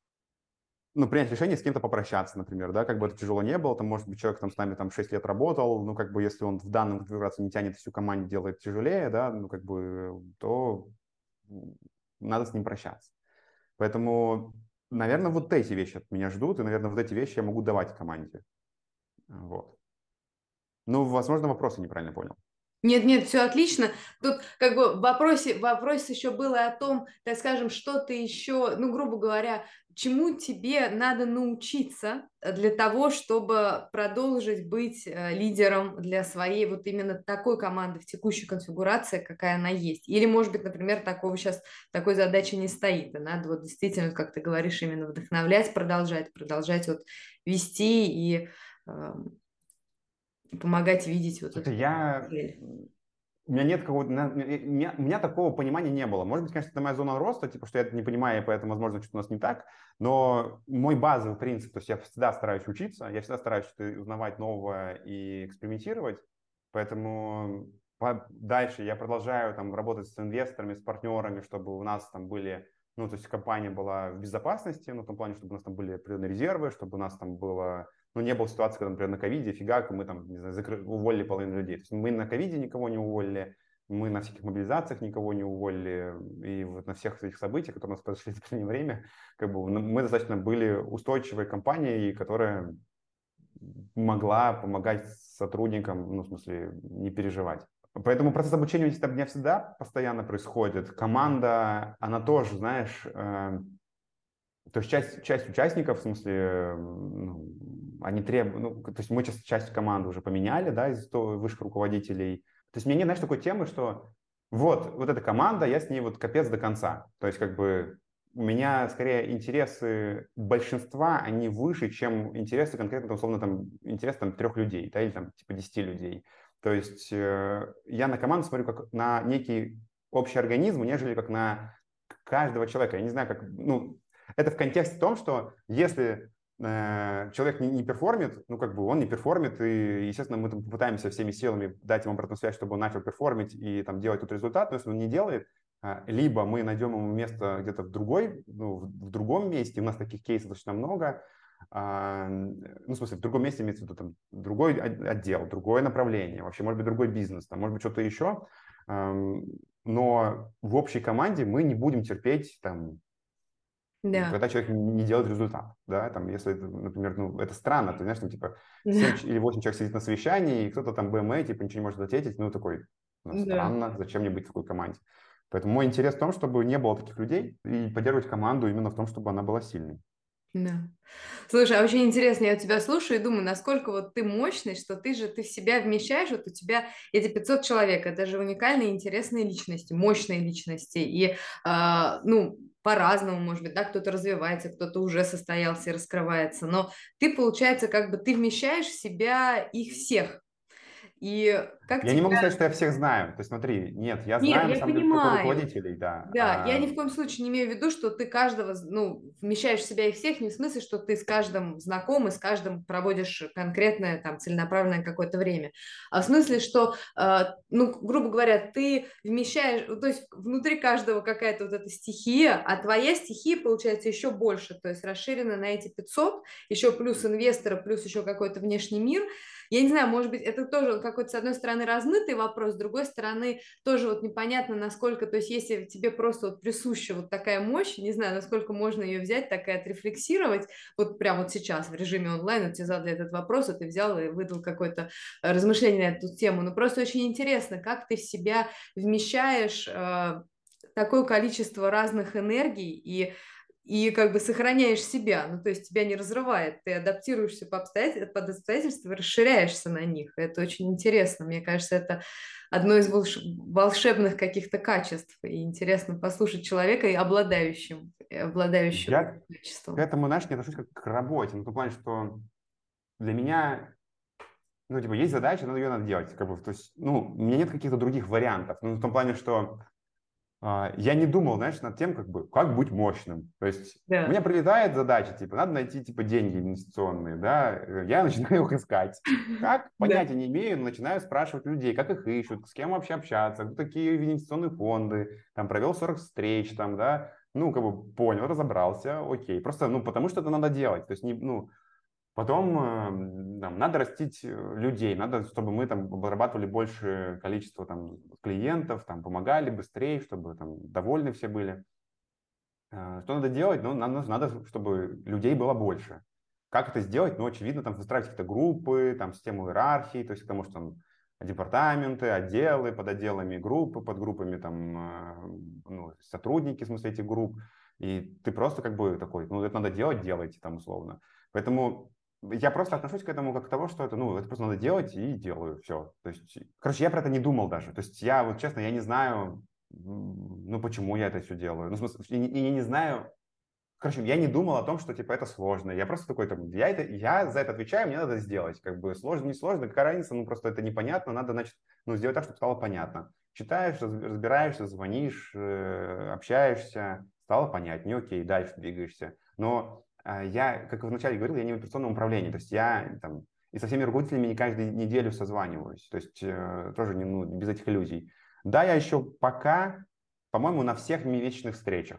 ну, принять решение с кем-то попрощаться, например, да, как бы это тяжело не было, там, может быть, человек там с нами там шесть лет работал, ну, как бы, если он в данном конфигурации не тянет всю команду, делает тяжелее, да, ну, как бы, то надо с ним прощаться. Поэтому, наверное, вот эти вещи от меня ждут, и, наверное, вот эти вещи я могу давать команде. Вот. Ну, возможно, вопросы неправильно понял. Нет, нет, все отлично. Тут как бы в вопросе, вопрос еще был и о том, так скажем, что ты еще, ну, грубо говоря, чему тебе надо научиться для того, чтобы продолжить быть э, лидером для своей вот именно такой команды в текущей конфигурации, какая она есть. Или, может быть, например, такого сейчас, такой задачи не стоит. И надо вот действительно, как ты говоришь, именно вдохновлять, продолжать, продолжать вот вести и эм, помогать видеть вот эту Слушай, я... цель. У меня нет какого-то... на- У меня, у меня такого понимания не было. Может быть, конечно, это моя зона роста, типа, что я это не понимаю, и поэтому, возможно, что-то у нас не так. Но мой базовый принцип, то есть я всегда стараюсь учиться, я всегда стараюсь что-то узнавать новое и экспериментировать. Поэтому по- дальше я продолжаю там работать с инвесторами, с партнерами, чтобы у нас там были... Ну, то есть компания была в безопасности, ну, в том плане, чтобы у нас там были определенные резервы, чтобы у нас там было ну, не было ситуации, когда, например, на ковиде, фигак, мы там, не знаю, закры... уволили половину людей. То есть мы на ковиде никого не уволили, мы на всяких мобилизациях никого не уволили, и вот на всех этих событиях, которые у нас произошли в последнее время, как бы мы достаточно были устойчивой компанией, которая могла помогать сотрудникам, ну, в смысле, не переживать. Поэтому процесс обучения у меня всегда постоянно происходит. Команда, она тоже, знаешь, э, то есть часть, часть участников, в смысле, ну, они требуют, ну, то есть мы часть, часть команды уже поменяли, да, из высших руководителей. То есть мне нет, знаешь, такой темы, что вот, вот эта команда, я с ней вот капец до конца. То есть как бы у меня скорее интересы большинства, они выше, чем интересы конкретно, там, условно, там, интересы там, трех людей, да, или там типа десяти людей. То есть э, я на команду смотрю как на некий общий организм, нежели как на каждого человека. Я не знаю, как, ну, это в контексте том, что если э, человек не, не перформит, ну, как бы он не перформит, и, естественно, мы там попытаемся всеми силами дать ему обратную связь, чтобы он начал перформить и там делать тот результат, но если он не делает, э, либо мы найдем ему место где-то в другой, ну, в, в другом месте, у нас таких кейсов достаточно много, э, ну, в смысле, в другом месте имеется в виду там другой отдел, другое направление, вообще, может быть, другой бизнес, там, может быть, что-то еще, э, но в общей команде мы не будем терпеть там, Да. когда человек не делает результат, да, там, если, это, например, ну, это странно, ты знаешь, там, типа, семь или восемь человек сидит на совещании, и кто-то там бэ эм а, типа, ничего не может ответить, ну, такой, ну, Да. странно, зачем мне быть в такой команде? Поэтому мой интерес в том, чтобы не было таких людей, и поддерживать команду именно в том, чтобы она была сильной. Да. Слушай, а очень интересно, я тебя слушаю и думаю, насколько вот ты мощный, что ты же, ты в себя вмещаешь, вот у тебя эти пятьсот человек, это же уникальные, интересные личности, мощные личности, и, а, ну, по-разному, может быть, да, кто-то развивается, кто-то уже состоялся и раскрывается, но ты, получается, как бы ты вмещаешь в себя их всех, и как Я не могу тебя... сказать, что я всех знаю. То есть смотри, нет, я Нет, знаю на я самом деле только понимаю. руководителей, да. Да, я ни А в коем случае не имею в виду, что ты каждого, ну, вмещаешь в себя и всех, не в смысле, что ты с каждым знаком и с каждым проводишь конкретное, там, целенаправленное какое-то время, а в смысле, что, э, ну, грубо говоря, ты вмещаешь, то есть внутри каждого какая-то вот эта стихия, а твоя стихия, получается, еще больше, то есть расширена на эти пятьсот, еще плюс инвестора, плюс еще какой-то внешний мир. Я не знаю, может быть, это тоже какой-то, с одной стороны, размытый вопрос, с другой стороны, тоже вот непонятно, насколько, то есть если тебе просто вот присуща вот такая мощь, не знаю, насколько можно ее взять, так и отрефлексировать, вот прямо вот сейчас в режиме онлайн, вот тебе задали этот вопрос, и ты взял и выдал какое-то размышление на эту тему, но просто очень интересно, как ты в себя вмещаешь э, такое количество разных энергий и и как бы сохраняешь себя, ну, то есть тебя не разрывает, ты адаптируешься по обстоятельствам, под обстоятельства и расширяешься на них. Это очень интересно. Мне кажется, это одно из волш... волшебных каких-то качеств. И интересно послушать человека, и обладающим, и обладающего я этим к качеством. этому, знаешь, не отношусь как к работе, ну, в том плане, что для меня ну, типа, есть задача, но ее надо делать. Как бы, то есть, ну, у меня нет каких-то других вариантов. Ну, в том плане, что а, я не думал, знаешь, над тем, как бы, как быть мощным. То есть, у меня Да. прилетает задача, типа, надо найти, типа, деньги инвестиционные, да, э, я начинаю их искать. Как? Да. Понятия не имею, но начинаю спрашивать людей, как их ищут, с кем вообще общаться, кто такие инвестиционные фонды, там, провел сорок встреч, там, да, ну, как бы, понял, разобрался, окей. Просто, ну, потому что это надо делать. То есть, не, ну, потом э, там, надо растить э, людей, надо, чтобы мы там обрабатывали большее количество там, клиентов, там, помогали быстрее, чтобы там, довольны все были. Э, Что надо делать? Ну, нам нужно- надо, чтобы людей было больше. Как это сделать? Ну, очевидно, там выстраивать какие-то группы, там, систему иерархии, то есть потому что там департаменты, отделы, под отделами группы, под группами там, э, ну, сотрудники, в смысле, этих групп. И ты просто как бы такой, ну, это надо делать, делайте там условно. Поэтому я просто отношусь к этому как к того, что это, ну, это просто надо делать и делаю, все. То есть, короче, я про это не думал даже. То есть я, вот честно, я не знаю, м, ну, почему я это все делаю. Ну, в смысле, и, и я не знаю, короче, я не думал о том, что, типа, это сложно. Я просто такой, там, я, это, я за это отвечаю, мне надо сделать. Как бы сложно, не сложно, какая разница, ну, просто это непонятно, надо, значит, ну, сделать так, чтобы стало понятно. Читаешь, раз- разбираешься, звонишь, э, общаешься, стало понятнее, окей, дальше двигаешься. Но а, я, как и вначале говорил, я не в операционном управлении, то есть я там и со всеми руководителями не каждую неделю созваниваюсь, то есть э, тоже не, ну, без этих иллюзий. Да, я еще пока, по-моему, на всех месячных встречах,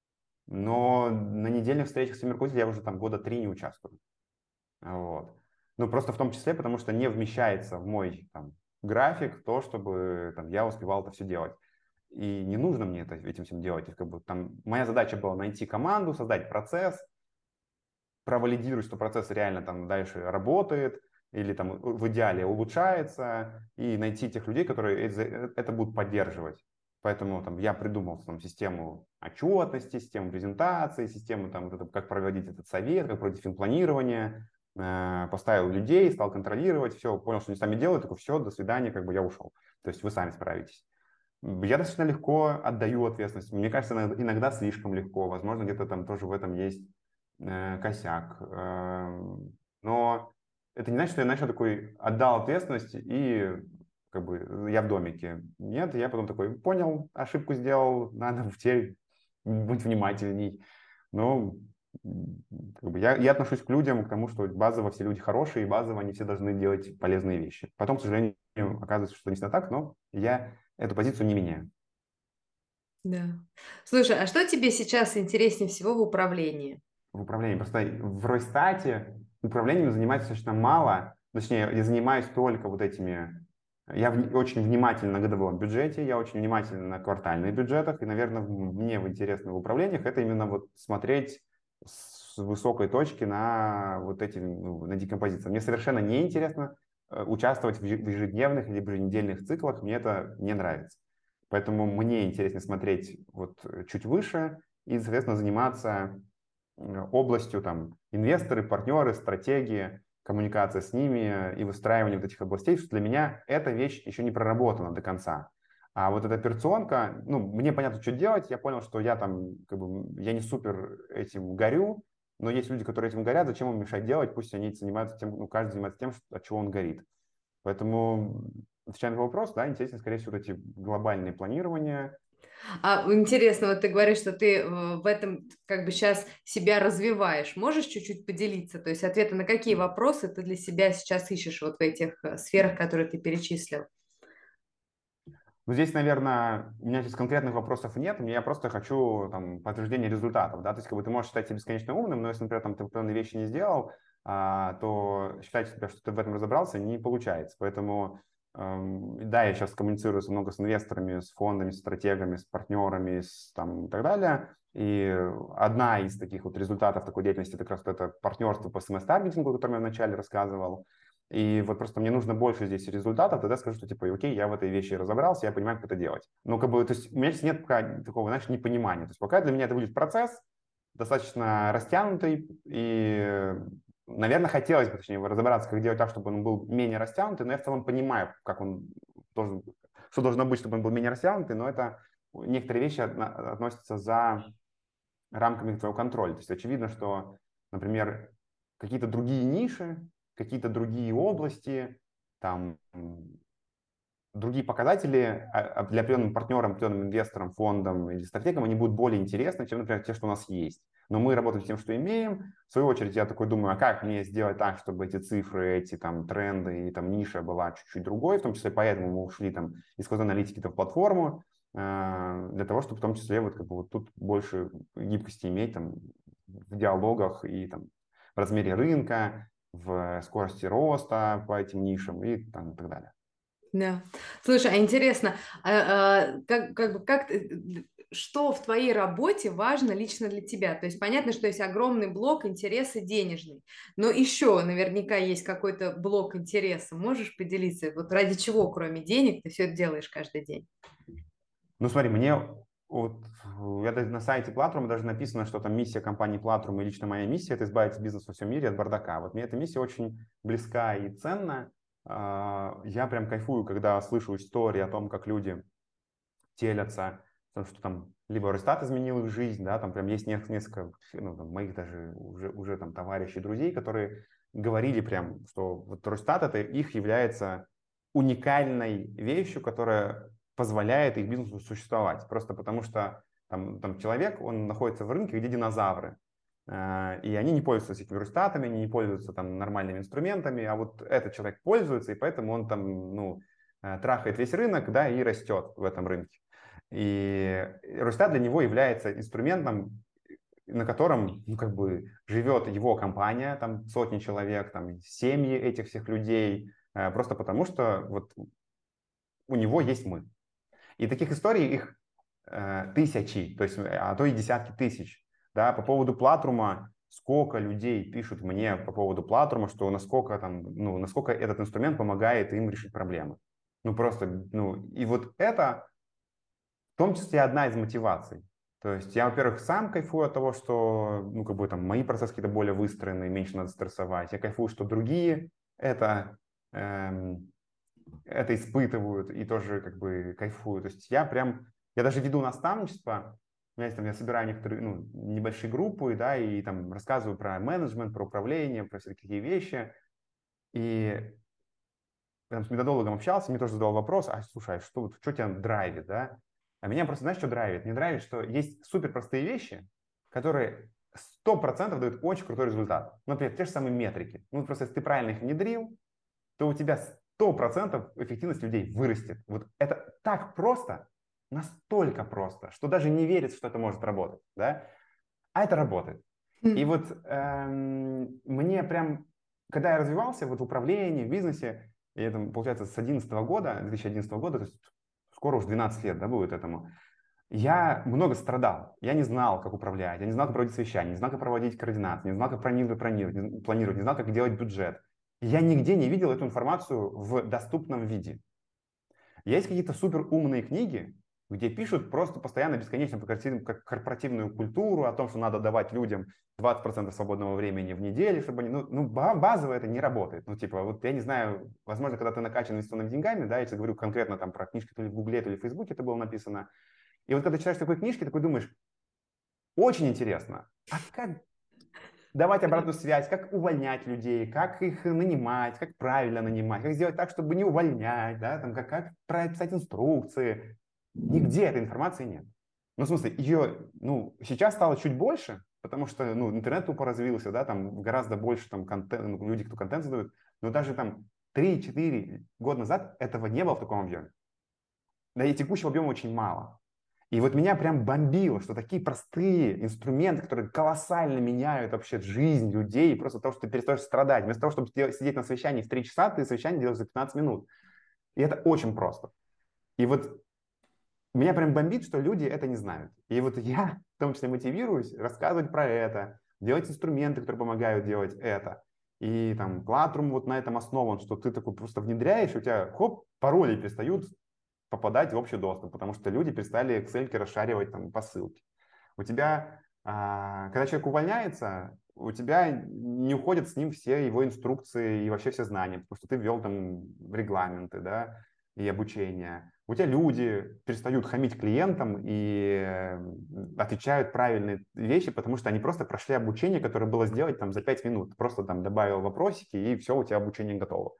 но на недельных встречах с руководителем я уже там года три не участвую. Вот. Ну, просто в том числе, потому что не вмещается в мой там, график то, чтобы там, я успевал это все делать. И не нужно мне это, этим всем делать. И, как бы, там, моя задача была найти команду, создать процесс, провалидировать, что процесс реально там дальше работает или там в идеале улучшается, и найти тех людей, которые это будут поддерживать. Поэтому там, я придумал там, систему отчетности, систему презентации, систему, там, вот это, как проводить этот совет, как проводить финпланирование, э, поставил людей, стал контролировать, все, понял, что они сами делают, только все, до свидания, как бы я ушел. То есть вы сами справитесь. Я достаточно легко отдаю ответственность. Мне кажется, иногда, иногда слишком легко. Возможно, где-то там тоже в этом есть э, косяк. Э, но это не значит, что я начал такой, отдал ответственность и как бы я в домике. Нет, я потом такой, понял, ошибку сделал, надо теперь быть внимательней. Но как бы я, я отношусь к людям, к тому, что базово все люди хорошие, и базово они все должны делать полезные вещи. Потом, к сожалению, оказывается, что не всегда так, но я эту позицию не меняю. Да. Слушай, а что тебе сейчас интереснее всего в управлении? В управлении. Просто в Росстате управлением занимаюсь достаточно мало. Точнее, я занимаюсь только вот этими... Я в, очень внимательно на годовом бюджете, я очень внимательно на квартальных бюджетах. И, наверное, мне в интересно в управлениях это именно вот смотреть с высокой точки на вот эти, ну, на декомпозиции. Мне совершенно неинтересно участвовать в ежедневных или еженедельных циклах. Мне это не нравится. Поэтому мне интереснее смотреть вот чуть выше и, соответственно, заниматься областью там инвесторы, партнеры, стратегии, коммуникация с ними и выстраивание вот этих областей, что для меня эта вещь еще не проработана до конца. А вот эта операционка, ну, мне понятно, что делать, я понял, что я там, как бы, я не супер этим горю, но есть люди, которые этим горят, зачем им мешать делать, пусть они занимаются тем, ну, каждый занимается тем, от чего он горит. Поэтому, отвечая на вопрос, да, интересно, скорее всего, вот эти глобальные планирования. А интересно, вот ты говоришь, что ты э, в этом как бы сейчас себя развиваешь. Можешь чуть-чуть поделиться? То есть ответы на какие вопросы ты для себя сейчас ищешь вот в этих э, сферах, которые ты перечислил? Ну, здесь, наверное, у меня здесь конкретных вопросов нет, я просто хочу там, подтверждения результатов, да, то есть как бы ты можешь считать себя бесконечно умным, но если, например, там, ты определенные вещи не сделал, а, то считать себя, что ты в этом разобрался, не получается, поэтому эм, да, я сейчас коммуницирую много с инвесторами, с фондами, с стратегами, с партнерами с, там, и так далее, и одна из таких вот результатов такой деятельности это как раз это партнерство по эс эм эс-таргетингу, о котором я вначале рассказывал. И вот просто мне нужно больше здесь результатов, тогда скажу, что типа, окей, я в этой вещи разобрался, я понимаю, как это делать. Ну, как бы, то есть у меня здесь нет пока такого, знаешь, непонимания. То есть пока для меня это будет процесс достаточно растянутый, и, наверное, хотелось бы, точнее, разобраться, как делать так, чтобы он был менее растянутый, но я в целом понимаю, как он должен, что должно быть, чтобы он был менее растянутый, но это некоторые вещи относятся за рамками твоего контроля. То есть очевидно, что, например, какие-то другие ниши, какие-то другие области, там, другие показатели для определенным партнерам, определенным инвесторам, фондам или стратегам, они будут более интересны, чем, например, те, что у нас есть. Но мы работаем с тем, что имеем. В свою очередь, я такой думаю, а как мне сделать так, чтобы эти цифры, эти там тренды и там ниша была чуть-чуть другой, в том числе поэтому мы ушли там из аналитики в платформу, для того, чтобы в том числе вот, как бы, вот тут больше гибкости иметь там, в диалогах и там, в размере рынка, в скорости роста по этим нишам и, там, и так далее. Да. Слушай, а интересно, а, а, как, как бы, как ты, что в твоей работе важно лично для тебя? То есть понятно, что есть огромный блок интереса денежный, но еще наверняка есть какой-то блок интереса. Можешь поделиться? Вот ради чего, кроме денег, ты все это делаешь каждый день? Ну, смотри, мне вот это на сайте Platform даже написано, что там миссия компании Platform и лично моя миссия – это избавить бизнес во всем мире от бардака. Вот мне эта миссия очень близка и ценна. Я прям кайфую, когда слышу истории о том, как люди телятся, потому что там либо Росстат изменил их жизнь, да, там прям есть несколько, ну, там, моих даже уже, уже там товарищей, друзей, которые говорили прям, что вот Росстат это их является уникальной вещью, которая позволяет их бизнесу существовать. Просто потому что там, там человек, он находится в рынке, где динозавры, и они не пользуются этими Росстатами, они не пользуются там нормальными инструментами, а вот этот человек пользуется, и поэтому он там, ну, трахает весь рынок, да, и растет в этом рынке. И Росстат для него является инструментом, на котором, ну, как бы живет его компания, там сотни человек, там семьи этих всех людей, просто потому что вот у него есть мы. И таких историй их э, тысячи, то есть, а то и десятки тысяч. Да, по поводу Платрума, сколько людей пишут мне по поводу платформы, что насколько там, ну, насколько этот инструмент помогает им решить проблемы. Ну, просто, ну, и вот это в том числе одна из мотиваций. То есть я, во-первых, сам кайфую от того, что, ну, как бы там мои процессы какие-то более выстроенные, меньше надо стрессовать. Я кайфую, что другие это, эм, это испытывают и тоже как бы кайфуют. То есть я прям, я даже веду наставничество, у меня есть там, я собираю некоторые, ну, небольшие группы, да, и там рассказываю про менеджмент, про управление, про все такие вещи. И там, с методологом общался, мне тоже задал вопрос, а слушай, а что, что тебя драйвит, да? А меня просто, знаешь, что драйвит? Мне драйвит, что есть супер простые вещи, которые сто процентов дают очень крутой результат. Например, те же самые метрики. Ну, просто если ты правильно их внедрил, то у тебя сто процентов эффективность людей вырастет. Вот это так просто, настолько просто, что даже не верится, что это может работать, да? А это работает. И вот эм, мне прям, когда я развивался вот в управлении, в бизнесе, и это, получается, с одиннадцатого года, две тысячи одиннадцатого года, то есть скоро уже двенадцать лет, да, будет этому, я много страдал. Я не знал, как управлять, я не знал, как проводить совещания, не знал, как проводить координации, не знал, как планировать, планировать, планировать, не знал, как делать бюджет. И я нигде не видел эту информацию в доступном виде. Есть какие-то супер умные книги, где пишут просто постоянно бесконечно про корпоративную культуру, о том, что надо давать людям двадцать процентов свободного времени в неделю, чтобы они... Ну, ну базово это не работает. Ну, типа, вот я не знаю, возможно, когда ты накачан инвестиционными деньгами, да, если говорю конкретно там про книжки, то ли в Гугле, то ли в Фейсбуке это было написано. И вот когда читаешь такой книжки, такой думаешь, очень интересно, а как давать обратную связь, как увольнять людей, как их нанимать, как правильно нанимать, как сделать так, чтобы не увольнять, да, там, как, как правильно писать инструкции. Нигде этой информации нет. Ну, в смысле, ее, ну, сейчас стало чуть больше, потому что, ну, интернет тупо развился, да, там гораздо больше там контент, ну, люди, кто контент задают, но даже там три-четыре года назад этого не было в таком объеме. Да и текущего объема очень мало. И вот меня прям бомбило, что такие простые инструменты, которые колоссально меняют вообще жизнь людей, просто того, что ты перестаешь страдать. Вместо того, чтобы сидеть на совещании в три часа, ты совещание делаешь за пятнадцать минут. И это очень просто. И вот меня прям бомбит, что люди это не знают. И вот я в том числе мотивируюсь рассказывать про это, делать инструменты, которые помогают делать это. И там Platform вот на этом основан, что ты такой просто внедряешь, у тебя хоп, пароли перестают попадать в общий доступ, потому что люди перестали Excel расшаривать там по ссылке. У тебя, а, когда человек увольняется, у тебя не уходят с ним все его инструкции и вообще все знания, потому что ты ввел там регламенты, да, и обучение. У тебя люди перестают хамить клиентам и отвечают правильные вещи, потому что они просто прошли обучение, которое было сделать там за пять минут. Просто там добавил вопросики, и все, у тебя обучение готово.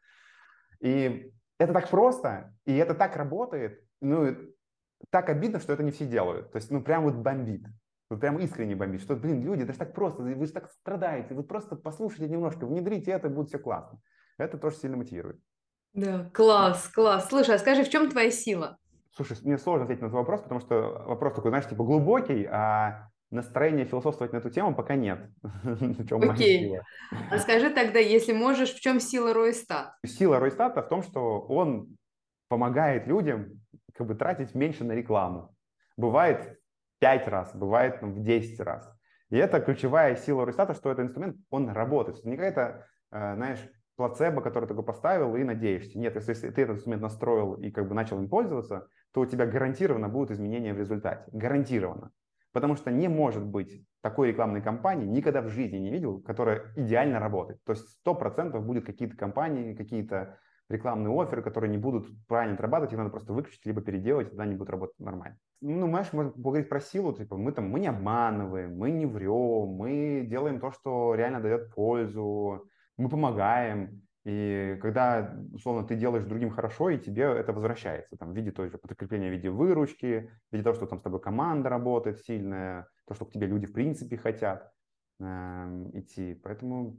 И это так просто, и это так работает, ну, так обидно, что это не все делают. То есть, ну, прям вот бомбит. Вот прям искренне бомбит, что, блин, люди, это же так просто, вы же так страдаете, вы просто послушайте немножко, внедрите это, будет все классно. Это тоже сильно мотивирует. Да, класс, класс. Слушай, а скажи, в чем твоя сила? Слушай, мне сложно ответить на этот вопрос, потому что вопрос такой, знаешь, типа глубокий, а настроения философствовать на эту тему пока нет. В чем моя Окей. сила? А скажи тогда, если можешь, в чем сила Ройстат? Сила Ройстата в том, что он помогает людям как бы тратить меньше на рекламу. Бывает пять раз, бывает там, в десять раз. И это ключевая сила Ройстата, что этот инструмент, он работает. Это не какая-то, э, знаешь, плацебо, который ты поставил и надеешься. Нет, если, если ты этот инструмент настроил и как бы начал им пользоваться, то у тебя гарантированно будут изменения в результате. Гарантированно. Потому что не может быть такой рекламной кампании, никогда в жизни не видел, которая идеально работает. То есть сто процентов будет какие-то компании, какие-то рекламные офферы, которые не будут правильно отрабатывать, их надо просто выключить, либо переделать, тогда они будут работать нормально. Ну, знаешь, можно поговорить про силу, типа, мы там, мы не обманываем, мы не врем, мы делаем то, что реально дает пользу, мы помогаем. И когда, условно, ты делаешь другим хорошо, и тебе это возвращается там, в виде той же подкрепления, в виде выручки, в виде того, что там с тобой команда работает сильная, то, что к тебе люди в принципе хотят э, идти. Поэтому,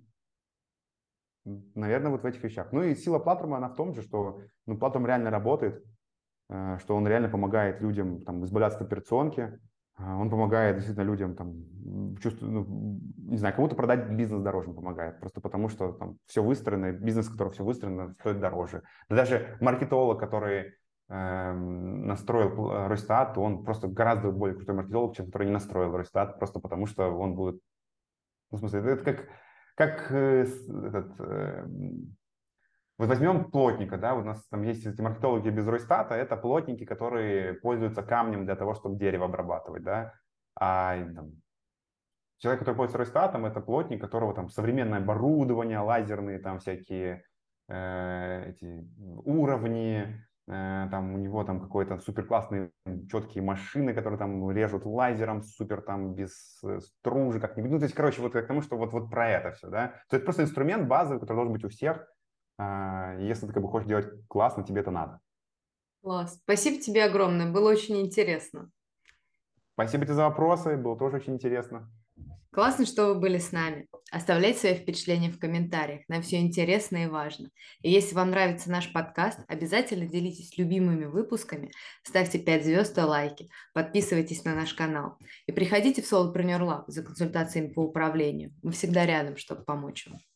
наверное, вот в этих вещах. Ну и сила платформы, она в том же, что ну, платформа реально работает, э, что он реально помогает людям там, избавляться от операционки, он помогает действительно людям, там, чувствую, ну, не знаю, кому-то продать бизнес дороже помогает, просто потому что там все выстроено, бизнес, который все выстроено, стоит дороже. Да даже маркетолог, который э, настроил Ройстат, он просто гораздо более крутой маркетолог, чем который не настроил Ройстат, просто потому что он будет Ну, в смысле, это как, как э, с- этот, э, вот возьмем плотника, да, у нас там есть эти маркетологи без Ройстата, это плотники, которые пользуются камнем для того, чтобы дерево обрабатывать, да, а там, человек, который пользуется Ройстатом, это плотник, которого там современное оборудование, лазерные там всякие э, эти уровни, э, там у него там какой-то супер классные четкие машины, которые там режут лазером, супер там без э, стружи как-нибудь. Ну, то есть, короче, вот к тому, что вот, вот про это все, да. То есть просто инструмент базовый, который должен быть у всех. А, и если ты как бы хочешь делать классно, тебе это надо. Класс. Спасибо тебе огромное, было очень интересно. Спасибо тебе за вопросы, было тоже очень интересно. Классно, что вы были с нами. Оставляйте свои впечатления в комментариях. Нам все интересно и важно. И если вам нравится наш подкаст, обязательно делитесь любимыми выпусками, ставьте пять звезд и лайки, подписывайтесь на наш канал. И приходите в Solopreneur Lab за консультациями по управлению. Мы всегда рядом, чтобы помочь вам.